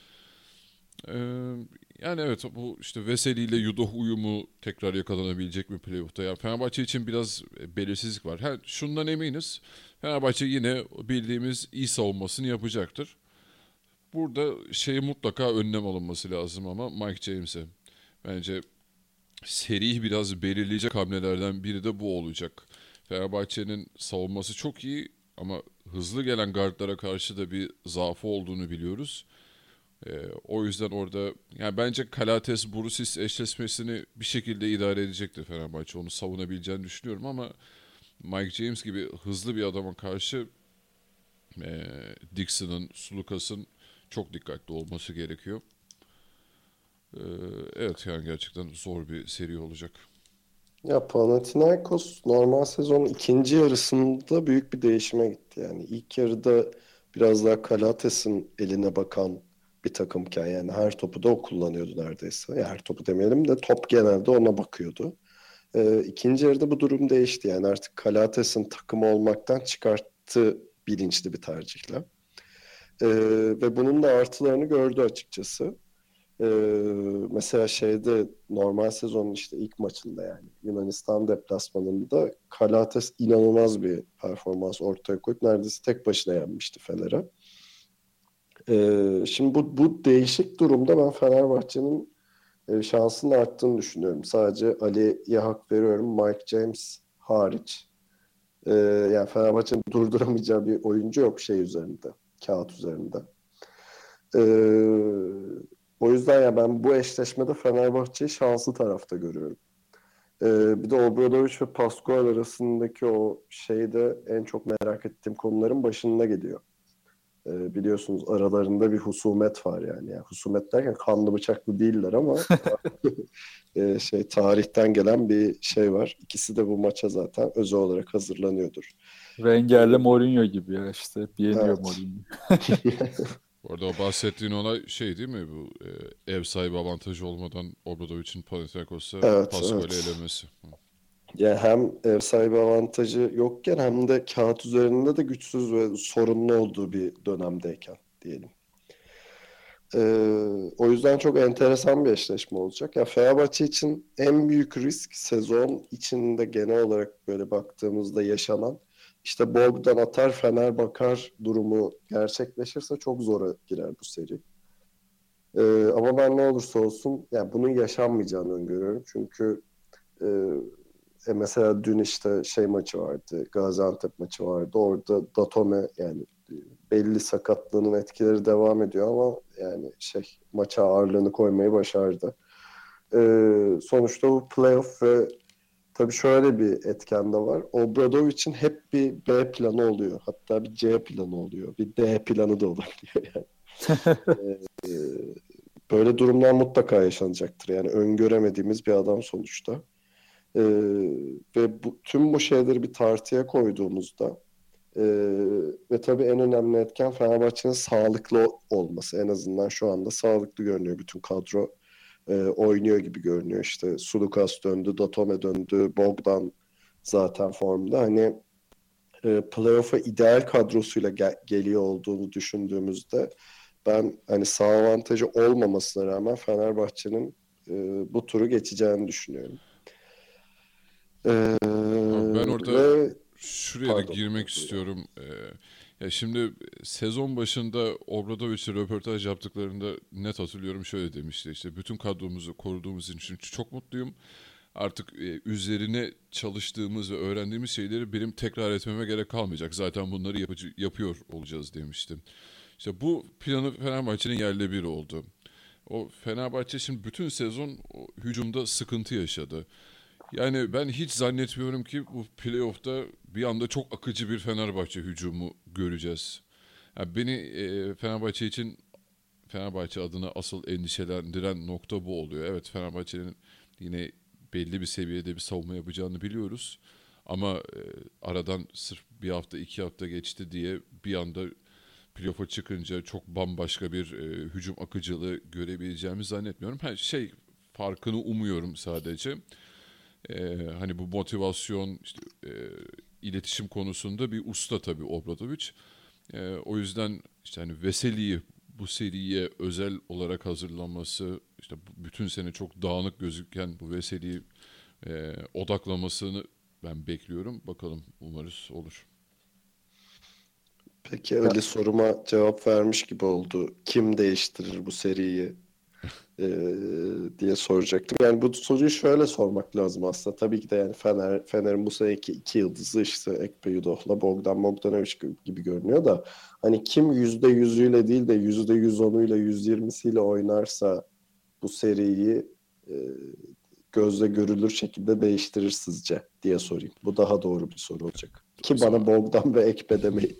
Yani evet bu işte Veseli ile Yudoh uyumu tekrar yakalanabilecek mi playoff'ta? Yani Fenerbahçe için biraz belirsizlik var. Şundan eminiz. Fenerbahçe yine bildiğimiz iyi savunmasını yapacaktır. Burada mutlaka önlem alınması lazım ama Mike James'e. Bence seriyi biraz belirleyecek hamlelerden biri de bu olacak. Fenerbahçe'nin savunması çok iyi ama hızlı gelen guardlara karşı da bir zaafı olduğunu biliyoruz. O yüzden orada yani bence Kalates Burusis eşleşmesini bir şekilde idare edecektir Fenerbahçe. Onu savunabileceğini düşünüyorum ama Mike James gibi hızlı bir adama karşı Dixon'ın, Sulukas'ın çok dikkatli olması gerekiyor. Evet yani gerçekten zor bir seri olacak. Ya Panathinaikos normal sezonun ikinci yarısında büyük bir değişime gitti. Yani ilk yarıda biraz daha Kalates'in eline bakan bir takımken yani her topu da o kullanıyordu neredeyse. Ya her topu demeyelim de top genelde ona bakıyordu. İkinci yarıda bu durum değişti. Yani artık Kalates'in takımı olmaktan çıkarttı bilinçli bir tercihle. Ve bunun da artılarını gördü açıkçası. Ee, Mesela normal sezonun işte ilk maçında yani Yunanistan deplasmanında Kalates inanılmaz bir performans ortaya koyup neredeyse tek başına yenmişti Fener'e. Şimdi bu değişik durumda ben Fenerbahçe'nin şansının arttığını düşünüyorum. Sadece Ali'ye hak veriyorum. Mike James hariç. Yani Fenerbahçe'nin durduramayacağı bir oyuncu yok üzerinde. Kağıt üzerinde. O yüzden ya ben bu eşleşmede Fenerbahçe'yi şanslı tarafta görüyorum. Bir de Obradovic ve Pascual arasındaki o şeyde en çok merak ettiğim konuların başında geliyor. Biliyorsunuz aralarında bir husumet var yani. Yani husumet derken kanlı bıçaklı değiller ama tarihten gelen bir şey var. İkisi de bu maça zaten özel olarak hazırlanıyordur. Wenger'le Mourinho gibi ya işte. Yeniyor Evet. Mourinho. Orada o bahsettiğin olay değil mi bu ev sahibi avantajı olmadan Obradovic'in Panathinaikos'a Evet, Pascual'i evet. elemesi. Yani hem ev sahibi avantajı yokken hem de kağıt üzerinde de güçsüz ve sorunlu olduğu bir dönemdeyken diyelim. O yüzden çok enteresan bir eşleşme olacak. Ya Fenerbahçe için en büyük risk sezon içinde genel olarak böyle baktığımızda yaşanan işte Bogdan atar Fener bakar durumu gerçekleşirse çok zora girer bu seri. Ama ben ne olursa olsun yani bunun yaşanmayacağını öngörüyorum. Çünkü mesela dün işte maçı vardı. Gaziantep maçı vardı. Orada Datome yani belli sakatlığının etkileri devam ediyor ama yani maça ağırlığını koymayı başardı. Sonuçta bu playoff ve tabii şöyle bir etken de var. Obradovic'in hep bir B planı oluyor. Hatta bir C planı oluyor. Bir D planı da olabiliyor yani. Ee, Böyle durumlar mutlaka yaşanacaktır. Yani öngöremediğimiz bir adam sonuçta. Ve tüm bu şeyleri bir tartıya koyduğumuzda Ve tabii en önemli etken Fenerbahçe'nin sağlıklı olması. En azından şu anda sağlıklı görünüyor. Bütün kadro oynuyor gibi görünüyor. İşte Sulukas döndü, Datome döndü, Bogdan zaten formda. Hani playoff'a ideal kadrosuyla geliyor olduğunu düşündüğümüzde ben hani saha avantajı olmamasına rağmen Fenerbahçe'nin bu turu geçeceğini düşünüyorum. Abi ben orada Ve şuraya da pardon. girmek istiyorum. Ya şimdi sezon başında Obradoviç'le röportaj yaptıklarında net hatırlıyorum, şöyle demişti: işte bütün kadromuzu koruduğumuz için çok mutluyum. Artık üzerine çalıştığımız ve öğrendiğimiz şeyleri benim tekrar etmeme gerek kalmayacak. Zaten bunları yapıyor olacağız demiştim. İşte bu planı Fenerbahçe'nin yerle bir oldu. O Fenerbahçe şimdi bütün sezon hücumda sıkıntı yaşadı. Yani ben hiç zannetmiyorum ki bu playoff'ta bir anda çok akıcı bir Fenerbahçe hücumu göreceğiz. Yani beni Fenerbahçe adına asıl endişelendiren nokta bu oluyor. Evet, Fenerbahçe'nin yine belli bir seviyede bir savunma yapacağını biliyoruz. Ama aradan sırf bir hafta 2 hafta geçti diye bir anda playoff'a çıkınca çok bambaşka bir hücum akıcılığı görebileceğimizi zannetmiyorum. Her şey farkını umuyorum sadece. Hani bu motivasyon, işte, iletişim konusunda bir usta tabii Obradović. O yüzden işte hani Veseli'yi bu seriye özel olarak hazırlanması, işte bütün sene çok dağınık gözüken bu Veseli'yi odaklamasını ben bekliyorum. Bakalım, umarız olur. Peki öyle soruma cevap vermiş gibi oldu. Kim değiştirir bu seriyi diye soracaktım. Yani bu soruyu şöyle sormak lazım aslında. Tabii ki de yani Fener'in bu seneki iki yıldızı işte Ekpe Yudoh'la Bogdanović gibi görünüyor da hani kim %100'üyle değil de %110'uyla %120'siyle oynarsa bu seriyi e, gözle görülür şekilde değiştirir sizce diye sorayım. Bu daha doğru bir soru olacak. Ki O bana zaman Bogdan ve Ekpe demeyin.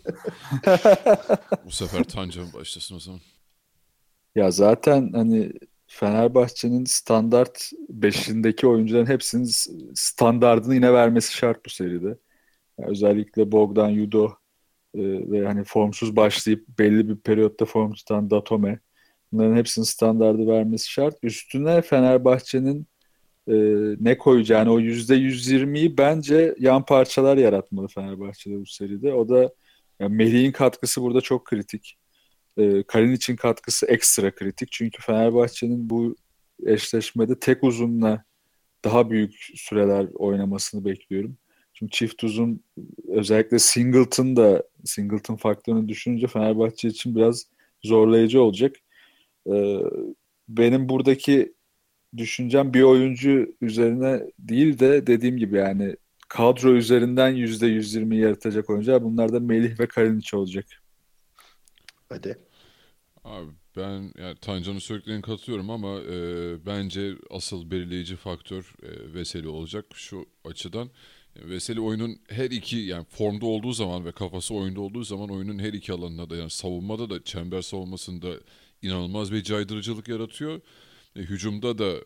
bu sefer Tancan başlasın o zaman. Ya zaten hani Fenerbahçe'nin standart beşindeki oyuncuların hepsinin standardını yine vermesi şart bu seride. Yani özellikle Bogdan, Yudo ve hani formsuz başlayıp belli bir periyotta form tutan Datome. Bunların hepsinin standardı vermesi şart. Üstüne Fenerbahçe'nin e, ne koyacağını, o %120'yi bence yan parçalar yaratmalı Fenerbahçe'de bu seride. O da yani Melih'in katkısı burada çok kritik. Kalinic'in katkısı ekstra kritik. Çünkü Fenerbahçe'nin bu eşleşmede tek uzunla daha büyük süreler oynamasını bekliyorum. Çünkü çift uzun, özellikle Singleton faktörünü düşününce Fenerbahçe için biraz zorlayıcı olacak. Ee, Benim buradaki düşüncem bir oyuncu üzerine değil de dediğim gibi yani kadro üzerinden %120 yaratacak oyuncular. Bunlar da Melih ve Kalinic olacak. Hadi. Abi ben yani Tancan'ın söylediklerine katılıyorum ama bence asıl belirleyici faktör Veseli olacak şu açıdan. Veseli oyunun her iki, yani formda olduğu zaman ve kafası oyunda olduğu zaman oyunun her iki alanına da, yani savunmada da, çember savunmasında inanılmaz bir caydırıcılık yaratıyor. Hücumda da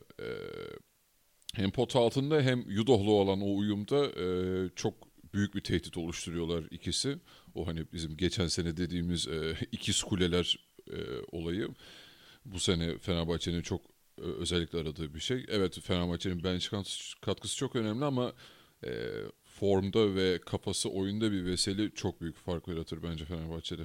hem pot altında hem Yudoh'la olan o uyumda çok büyük bir tehdit oluşturuyorlar ikisi. O hani bizim geçen sene dediğimiz ikiz kuleler olayı. Bu sene Fenerbahçe'nin çok özellikle aradığı bir şey. Evet, Fenerbahçe'nin bench katkısı çok önemli ama e, formda ve kafası oyunda bir Veseli çok büyük fark yaratır bence Fenerbahçe'de.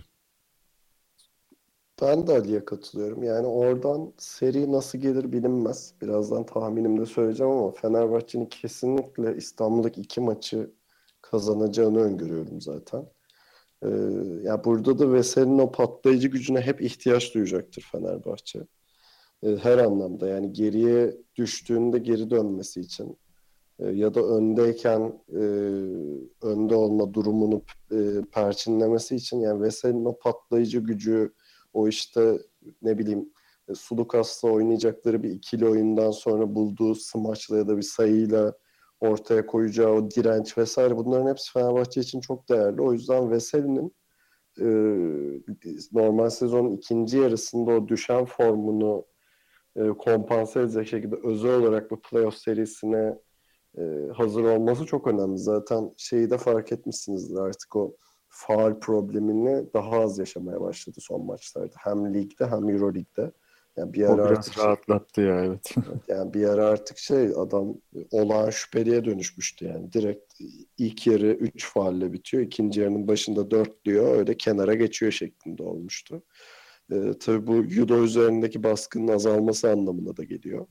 Ben de Ali'ye katılıyorum. Yani oradan seri nasıl gelir bilinmez. Birazdan tahminimde söyleyeceğim ama Fenerbahçe'nin kesinlikle İstanbul'daki iki maçı kazanacağını öngörüyorum zaten. Ee, Ya burada da Veseli'nin o patlayıcı gücüne hep ihtiyaç duyacaktır Fenerbahçe. Her anlamda yani geriye düştüğünde geri dönmesi için ya da öndeyken önde olma durumunu perçinlemesi için yani Veseli'nin o patlayıcı gücü, o işte ne bileyim Sulukas'la oynayacakları bir ikili oyundan sonra bulduğu smaçla ya da bir sayıyla ortaya koyacağı o direnç vesaire, bunların hepsi Fenerbahçe için çok değerli. O yüzden Veseli'nin e, normal sezonun ikinci yarısında o düşen formunu kompanse edecek şekilde özel olarak bu playoff serisine hazır olması çok önemli. Zaten şeyi de fark etmişsinizdir artık, o faul problemini daha az yaşamaya başladı son maçlarda. Hem ligde hem Euroleague'de. Yani bir O ara biraz artık rahatlattı ya, evet. yani bir ara artık adam olağan şüpheliye dönüşmüştü yani. Direkt ilk yarı 3 faulle bitiyor. İkinci yarının başında 4 diyor. Öyle kenara geçiyor şeklinde olmuştu. Tabii bu judo üzerindeki baskının azalması anlamına da geliyor.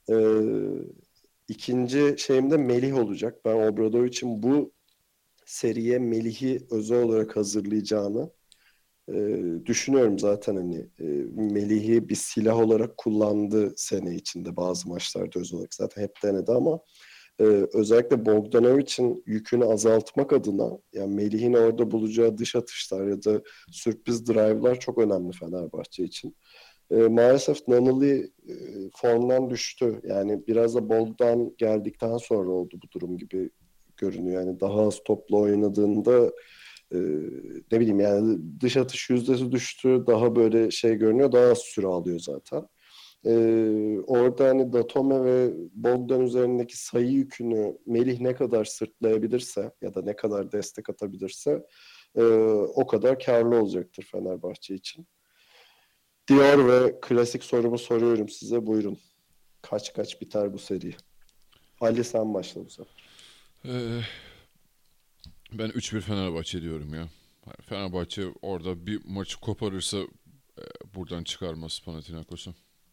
İkinci şeyim de Melih olacak. Ben Obradovic'in bu seriye Melih'i özel olarak hazırlayacağını düşünüyorum zaten hani Melih'i bir silah olarak kullandı sene içinde bazı maçlarda özel olarak zaten hep denedi ama özellikle Bogdanovic'in yükünü azaltmak adına yani Melih'in orada bulacağı dış atışlar ya da sürpriz drive'lar çok önemli Fenerbahçe için. Maalesef Nunnally formdan düştü. Yani biraz da Bogdan geldikten sonra oldu bu durum gibi görünüyor. Yani daha az topla oynadığında e, ne bileyim yani dış atış yüzdesi düştü. Daha böyle şey görünüyor. Daha az süre alıyor zaten. Orada hani Datome ve Bogdan üzerindeki sayı yükünü Melih ne kadar sırtlayabilirse ya da ne kadar destek atabilirse o kadar karlı olacaktır Fenerbahçe için. Diyor ve klasik sorumu soruyorum size. Buyurun. Kaç biter bu seri? Ali sen başla bu sefer. Ee, Ben 3-1 Fenerbahçe diyorum ya. Fenerbahçe orada bir maçı koparırsa buradan çıkarmaz Panathinaikos'u.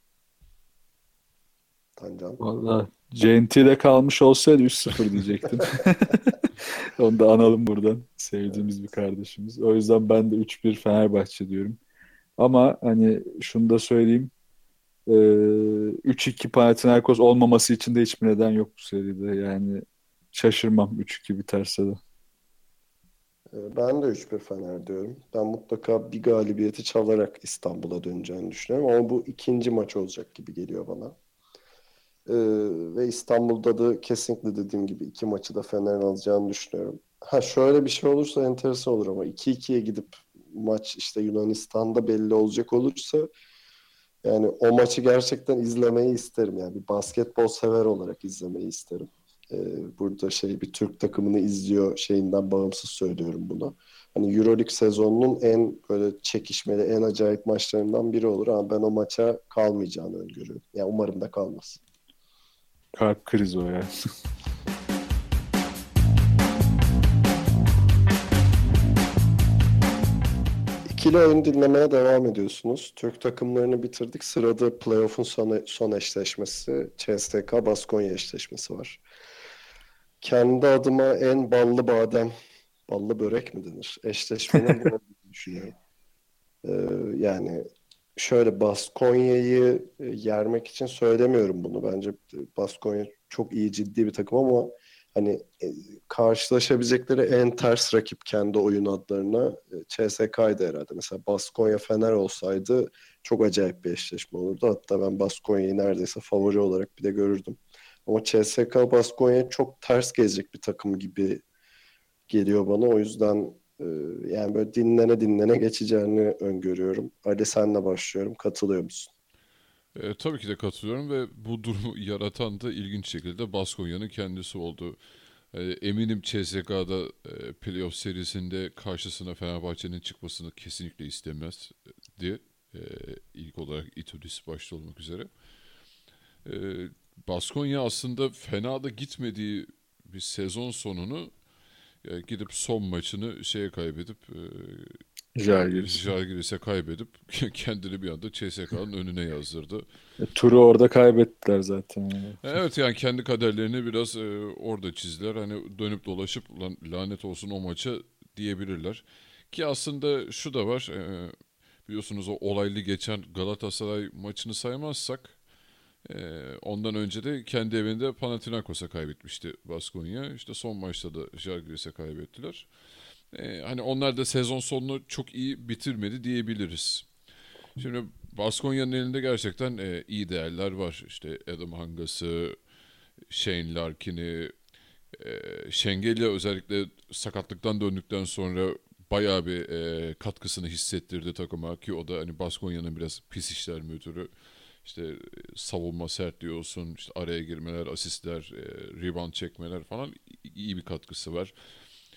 Tancan. Valla Gentile kalmış olsaydı 3-0 diyecektim. Onu da analım buradan. Sevdiğimiz bir kardeşimiz. O yüzden ben de 3-1 Fenerbahçe diyorum. Ama hani şunu da söyleyeyim. 3-2 Panathinaikos olmaması için de hiçbir neden yok bu seride. Yani şaşırmam 3-2 biterse de. Ben de 3-1 Fener diyorum. Ben mutlaka bir galibiyeti çalarak İstanbul'a döneceğini düşünüyorum. Ama bu ikinci maç olacak gibi geliyor bana. Ee, Ve İstanbul'da da kesinlikle dediğim gibi iki maçı da Fener'in alacağını düşünüyorum. Ha şöyle bir şey olursa enteresan olur ama 2-2'ye gidip maç işte Yunanistan'da belli olacak olursa yani o maçı gerçekten izlemeyi isterim. Yani bir basketbol sever olarak izlemeyi isterim. Burada bir Türk takımını izliyor şeyinden bağımsız söylüyorum bunu. Hani Euroleague sezonunun en böyle çekişmeli, en acayip maçlarından biri olur ama ben o maça kalmayacağını öngörüyorum. Yani umarım da kalmaz. Kalp krizi o ya. İkili oyun dinlemeye devam ediyorsunuz. Türk takımlarını bitirdik. Sırada playoff'un son eşleşmesi CSKA Baskonya eşleşmesi var. Kendi adıma en ballı badem, ballı börek mi denir? Eşleşmenin bu olduğunu düşünüyorum. Yani şöyle Baskonya'yı yermek için söylemiyorum bunu. Bence Baskonya çok iyi ciddi bir takım ama hani karşılaşabilecekleri en ters rakip kendi oyun adlarına CSK'ydı herhalde. Mesela Baskonya Fener olsaydı çok acayip bir eşleşme olurdu. Hatta ben Baskonya'yı neredeyse favori olarak bile görürdüm. Ama CSKA Baskonya çok ters gezecek bir takım gibi geliyor bana. O yüzden yani böyle dinlene geçeceğini öngörüyorum. Ali senle başlıyorum. Katılıyor musun? Tabii ki de katılıyorum ve bu durumu yaratan da ilginç şekilde Baskonya'nın kendisi oldu. Eminim CSKA'da playoff serisinde karşısına Fenerbahçe'nin çıkmasını kesinlikle istemez diye. İlk olarak Itudis başta olmak üzere. E, Baskonya aslında fena da gitmediği bir sezon sonunu gidip son maçını kaybedip Žalgiris. Žalgiris'e kaybedip kendini bir anda CSKA'nın önüne yazdırdı. Turu orada kaybettiler zaten. Evet yani kendi kaderlerini biraz orada çizdiler. Hani dönüp dolaşıp lanet olsun o maça diyebilirler. Ki aslında şu da var. Biliyorsunuz o olaylı geçen Galatasaray maçını saymazsak ondan önce de kendi evinde Panathinaikos'a kaybetmişti Baskonya. İşte son maçta da Žalgiris'e kaybettiler. Hani onlar da sezon sonunu çok iyi bitirmedi diyebiliriz. Şimdi Baskonya'nın elinde gerçekten iyi değerler var. İşte Adam Hangas'ı, Shane Larkin'i, Şengelya özellikle sakatlıktan döndükten sonra bayağı bir katkısını hissettirdi takıma ki o da hani Baskonya'nın biraz pis işler müdürü. İşte savunma sertliği olsun, işte araya girmeler, asistler, rebound çekmeler falan iyi bir katkısı var.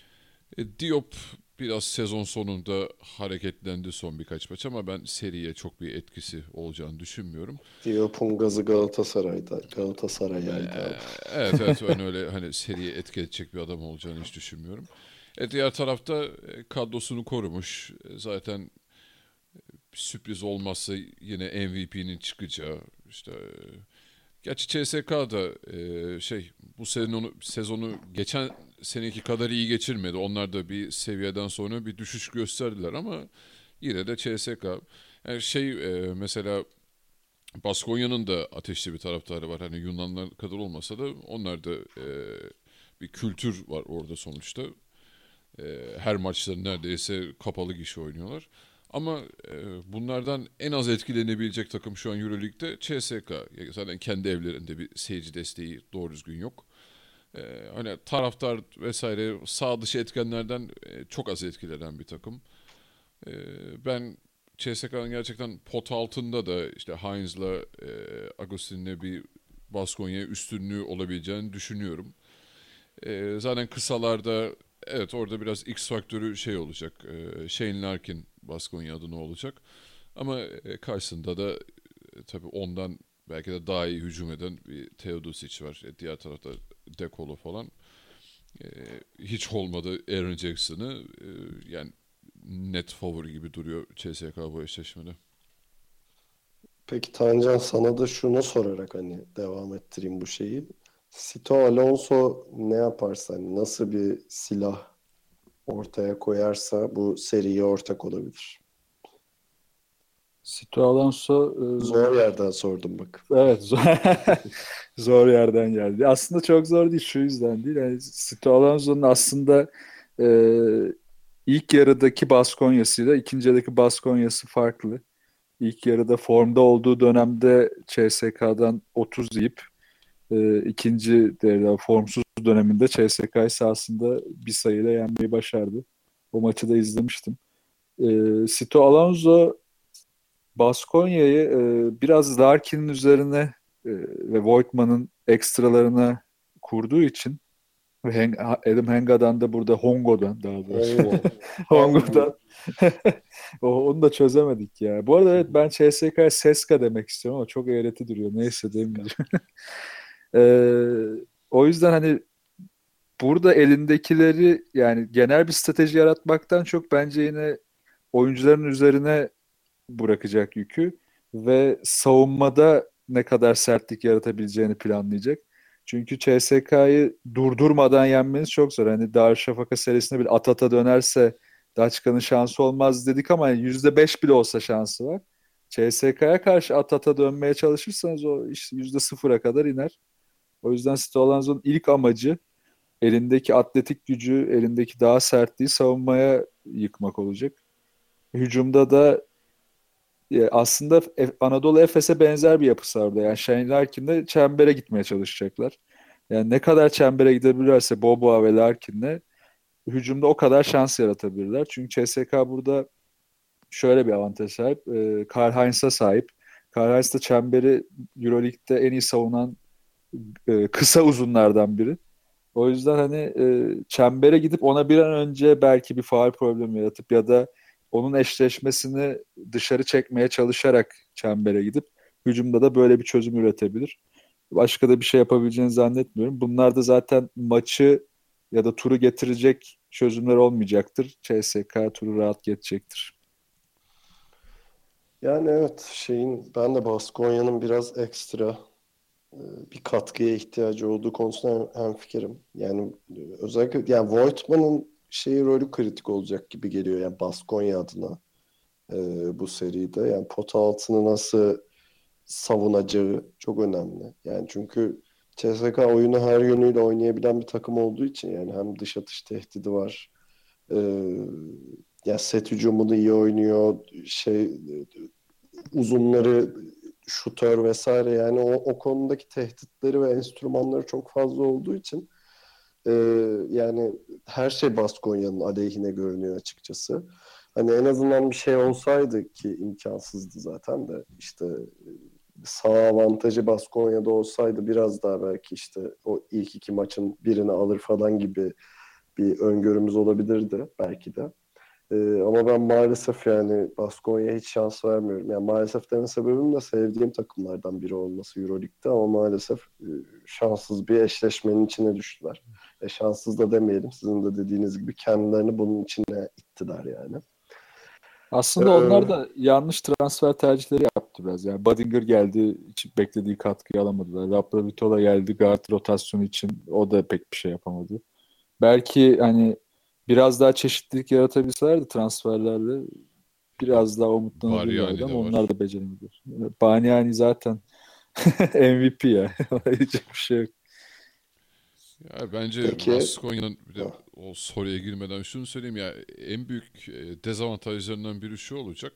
Diop biraz sezon sonunda hareketlendi son birkaç maç ama ben seriye çok bir etkisi olacağını düşünmüyorum. Diop'un gazı Galatasaray'ydı abi. Evet evet, ben öyle hani seriye etki edecek bir adam olacağını hiç düşünmüyorum. Diğer tarafta kadrosunu korumuş. Zaten sürpriz olmazsa yine MVP'nin çıkacağı işte gerçi CSK'da bu sezonu geçen seneki kadar iyi geçirmedi. Onlar da bir seviyeden sonra bir düşüş gösterdiler ama yine de CSK. Yani mesela Baskonya'nın da ateşli bir taraftarı var. Hani Yunanlar kadar olmasa da onlar da bir kültür var orada sonuçta. Her maçları neredeyse kapalı gişe oynuyorlar. Ama bunlardan en az etkilenebilecek takım şu an Euroleague'de CSK. Zaten kendi evlerinde bir seyirci desteği doğru düzgün yok. Hani taraftar vesaire sağ dışı etkenlerden çok az etkilenen bir takım. Ben CSK'nın gerçekten pot altında da işte Heinz'la Agustin'le bir Baskonya üstünlüğü olabileceğini düşünüyorum. Zaten kısalarda evet orada biraz X faktörü olacak. Shane Larkin Baskonya adına olacak. Ama karşısında da tabii ondan belki de daha iyi hücum eden bir Teodosic var. Diğer tarafta De Colo falan. E, Hiç olmadı Aaron Jackson'ı yani net favori gibi duruyor CSK bu eşleşmede. Peki Tancan, sana da şunu sorarak hani devam ettireyim bu şeyi. Sito Alonso ne yaparsa, hani nasıl bir silah ortaya koyarsa bu seriye ortak olabilir. Sito Alonso Zor yerden sordum bak. evet zor yerden geldi. Aslında çok zor değil, şu yüzden değil. Yani Sito Alonso'nun aslında e, ilk yarıdaki Baskonya'sıyla ikinci yarıdaki Baskonya'sı farklı. İlk yarıda formda olduğu dönemde CSK'dan 30 yiyip ikinci devrede formsuz döneminde CSK'yı sahasında bir sayıyla yenmeyi başardı. O maçı da izlemiştim. Sito Alonso Baskonya'yı biraz Larkin'in üzerine ve Voigtman'ın ekstralarına kurduğu için ve Adam Henga'dan da burada Hongo'dan daha doğrusu Oo. Hongo'dan onu da çözemedik ya. Bu arada evet, ben CSK'ya Seska demek istiyorum ama çok eğreti duruyor. Neyse demeyeceğim. O yüzden hani burada elindekileri yani genel bir strateji yaratmaktan çok bence yine oyuncuların üzerine bırakacak yükü ve savunmada ne kadar sertlik yaratabileceğini planlayacak. Çünkü CSK'yı durdurmadan yenmeniz çok zor. Hani Darüşşafaka serisinde bir ata dönerse Daçka'nın şansı olmaz dedik ama yani %5 bile olsa şansı var. CSK'ya karşı ata dönmeye çalışırsanız o iş %0'a kadar iner. O yüzden Stolanzo'nun ilk amacı elindeki atletik gücü, elindeki daha sertliği savunmaya yıkmak olacak. Hücumda da aslında Anadolu Efes'e benzer bir yapısı var orada. Yani Shane Larkin'le çembere gitmeye çalışacaklar. Yani ne kadar çembere gidebilirlerse Boboa ve Larkin'le hücumda o kadar şans yaratabilirler. Çünkü CSK burada şöyle bir avantaj sahip. Karl-Heinz'a sahip. Karl-Heinz de çemberi Euroleague'de en iyi savunan kısa uzunlardan biri. O yüzden hani çembere gidip ona bir an önce belki bir faul problemi yaratıp ya da onun eşleşmesini dışarı çekmeye çalışarak çembere gidip hücumda da böyle bir çözüm üretebilir. Başka da bir şey yapabileceğini zannetmiyorum. Bunlar da zaten maçı ya da turu getirecek çözümler olmayacaktır. CSK turu rahat geçecektir. Yani evet, ben de Baskonya'nın biraz ekstra bir katkıya ihtiyacı olduğu konusunda hemfikirim. Yani özellikle yani Voigtman'ın rolü kritik olacak gibi geliyor yani Baskonya adına bu seride. Yani pota altını nasıl savunacağı çok önemli. Yani çünkü CSK oyunu her yönüyle oynayabilen bir takım olduğu için yani hem dış atış tehdidi var. E, Yani set hücumunu iyi oynuyor. Uzunları, şutör vesaire, yani o konudaki tehditleri ve enstrümanları çok fazla olduğu için e, yani her şey Baskonya'nın aleyhine görünüyor açıkçası. Hani en azından bir şey olsaydı, ki imkansızdı zaten de, işte sağ avantajı Baskonya'da olsaydı biraz daha belki işte o ilk iki maçın birini alır falan gibi bir öngörümüz olabilirdi belki de. Ama ben maalesef yani Baskonya'ya hiç şans vermiyorum. Yani maalesef dememin sebebim de sevdiğim takımlardan biri olması Euroleague'de ama maalesef şanssız bir eşleşmenin içine düştüler. Şanssız da demeyelim. Sizin de dediğiniz gibi kendilerini bunun içine ittiler yani. Aslında onlar da yanlış transfer tercihleri yaptı biraz. Yani Badinger geldi, hiç beklediği katkıyı alamadılar. Laprovitola geldi guard rotasyonu için. O da pek bir şey yapamadı. Belki hani biraz daha çeşitlilik yaratabilselerdi transferlerle biraz daha umutlanabilirlerdi Bargnani ama de var. onlar da beceremediler. Bargnani zaten MVP ya. Diyecek bir şey yok. Ya bence Peki. Baskonya'nın bir de o soruya girmeden şunu söyleyeyim ya, en büyük dezavantajlarından biri şu olacak.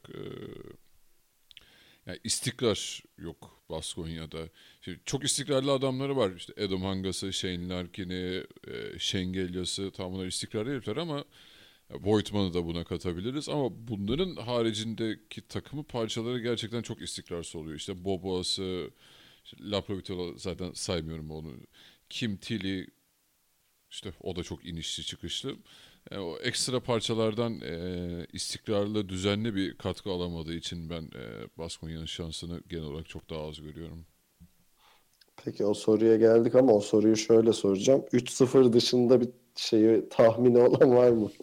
Yani istikrar yok Baskonya'da. Şimdi çok istikrarlı adamları var. İşte Adam Hangas'ı, Shane Larkin'i, Şengelyas'ı, tam bunlar istikrarlı herifler ama Voigtman'ı da buna katabiliriz. Ama bunların haricindeki takımı parçaları gerçekten çok istikrarsız oluyor. İşte Boboa'sı, işte Laprovitola zaten saymıyorum onu. Kim Tilly, işte o da çok inişli çıkışlı. Yani o ekstra parçalardan istikrarlı, düzenli bir katkı alamadığı için ben Baskonya'nın şansını genel olarak çok daha az görüyorum. Peki o soruya geldik ama o soruyu şöyle soracağım. 3-0 dışında bir şeyi tahmini olan var mı?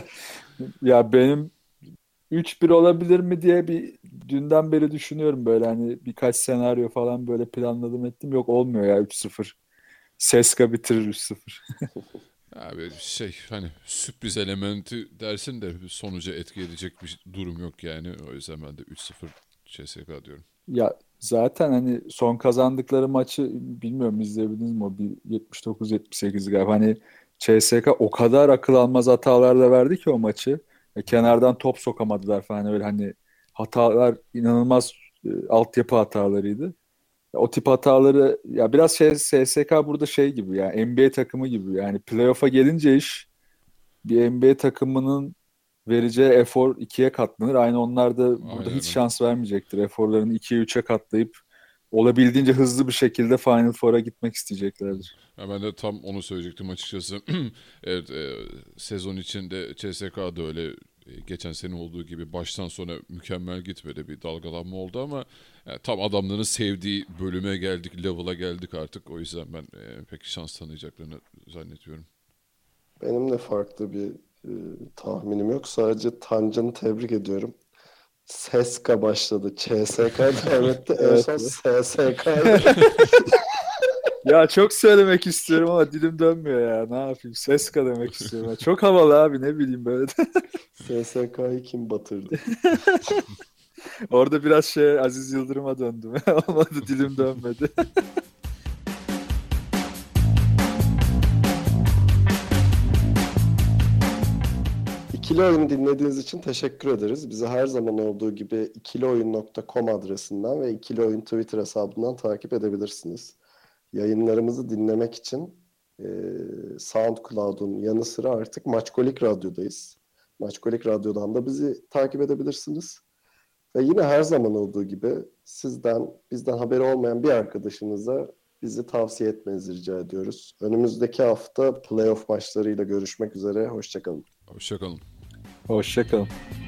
Ya benim 3-1 olabilir mi diye bir dünden beri düşünüyorum böyle hani birkaç senaryo falan böyle planladım ettim. Yok olmuyor ya 3-0. Seska bitirir 3-0. Abi hani sürpriz elementi dersin de sonuca etki edecek bir durum yok yani. O yüzden ben de 3-0 CSKA diyorum. Ya zaten hani son kazandıkları maçı bilmiyorum izleyebildiniz mi? O bir 79-78 galiba. Hani CSK o kadar akıl almaz hatalarla verdi ki o maçı. Kenardan top sokamadılar falan öyle hani hatalar inanılmaz altyapı hatalarıydı. O tip hataları ya biraz CSK burada şey gibi ya NBA takımı gibi yani playoff'a gelince iş bir NBA takımının vereceği efor ikiye katlanır. Aynı onlar da burada Aynen hiç öyle. şans vermeyecektir. Eforlarını ikiye üçe katlayıp olabildiğince hızlı bir şekilde Final Four'a gitmek isteyeceklerdir. Ya ben de tam onu söyleyecektim açıkçası. Evet, sezon içinde CSKA'da öyle geçen sene olduğu gibi baştan sona mükemmel gitmedi. Bir dalgalanma oldu ama tam adamların sevdiği bölüme geldik, level'a geldik artık. O yüzden ben pek şans tanıyacaklarını zannediyorum. Benim de farklı bir tahminim yok. Sadece Tancan'ı tebrik ediyorum. Seska başladı. CSK devam etti. En Evet. son SSK'ydı. Ya çok söylemek istiyorum ama dilim dönmüyor ya. Ne yapayım? Seska demek istiyorum. Çok havalı abi ne bileyim böyle. SSK'yı kim batırdı? Orada biraz Aziz Yıldırım'a döndüm. Olmadı dilim dönmedi. İkili Oyun'u dinlediğiniz için teşekkür ederiz. Bizi her zaman olduğu gibi ikilioyun.com adresinden ve İkili Oyun Twitter hesabından takip edebilirsiniz. Yayınlarımızı dinlemek için SoundCloud'un yanı sıra artık Maçkolik Radyo'dayız. Maçkolik Radyo'dan da bizi takip edebilirsiniz. Ve yine her zaman olduğu gibi bizden haberi olmayan bir arkadaşınıza bizi tavsiye etmenizi rica ediyoruz. Önümüzdeki hafta playoff maçlarıyla görüşmek üzere. Hoşça kalın. Hoşçakalın. Hoşça kalın.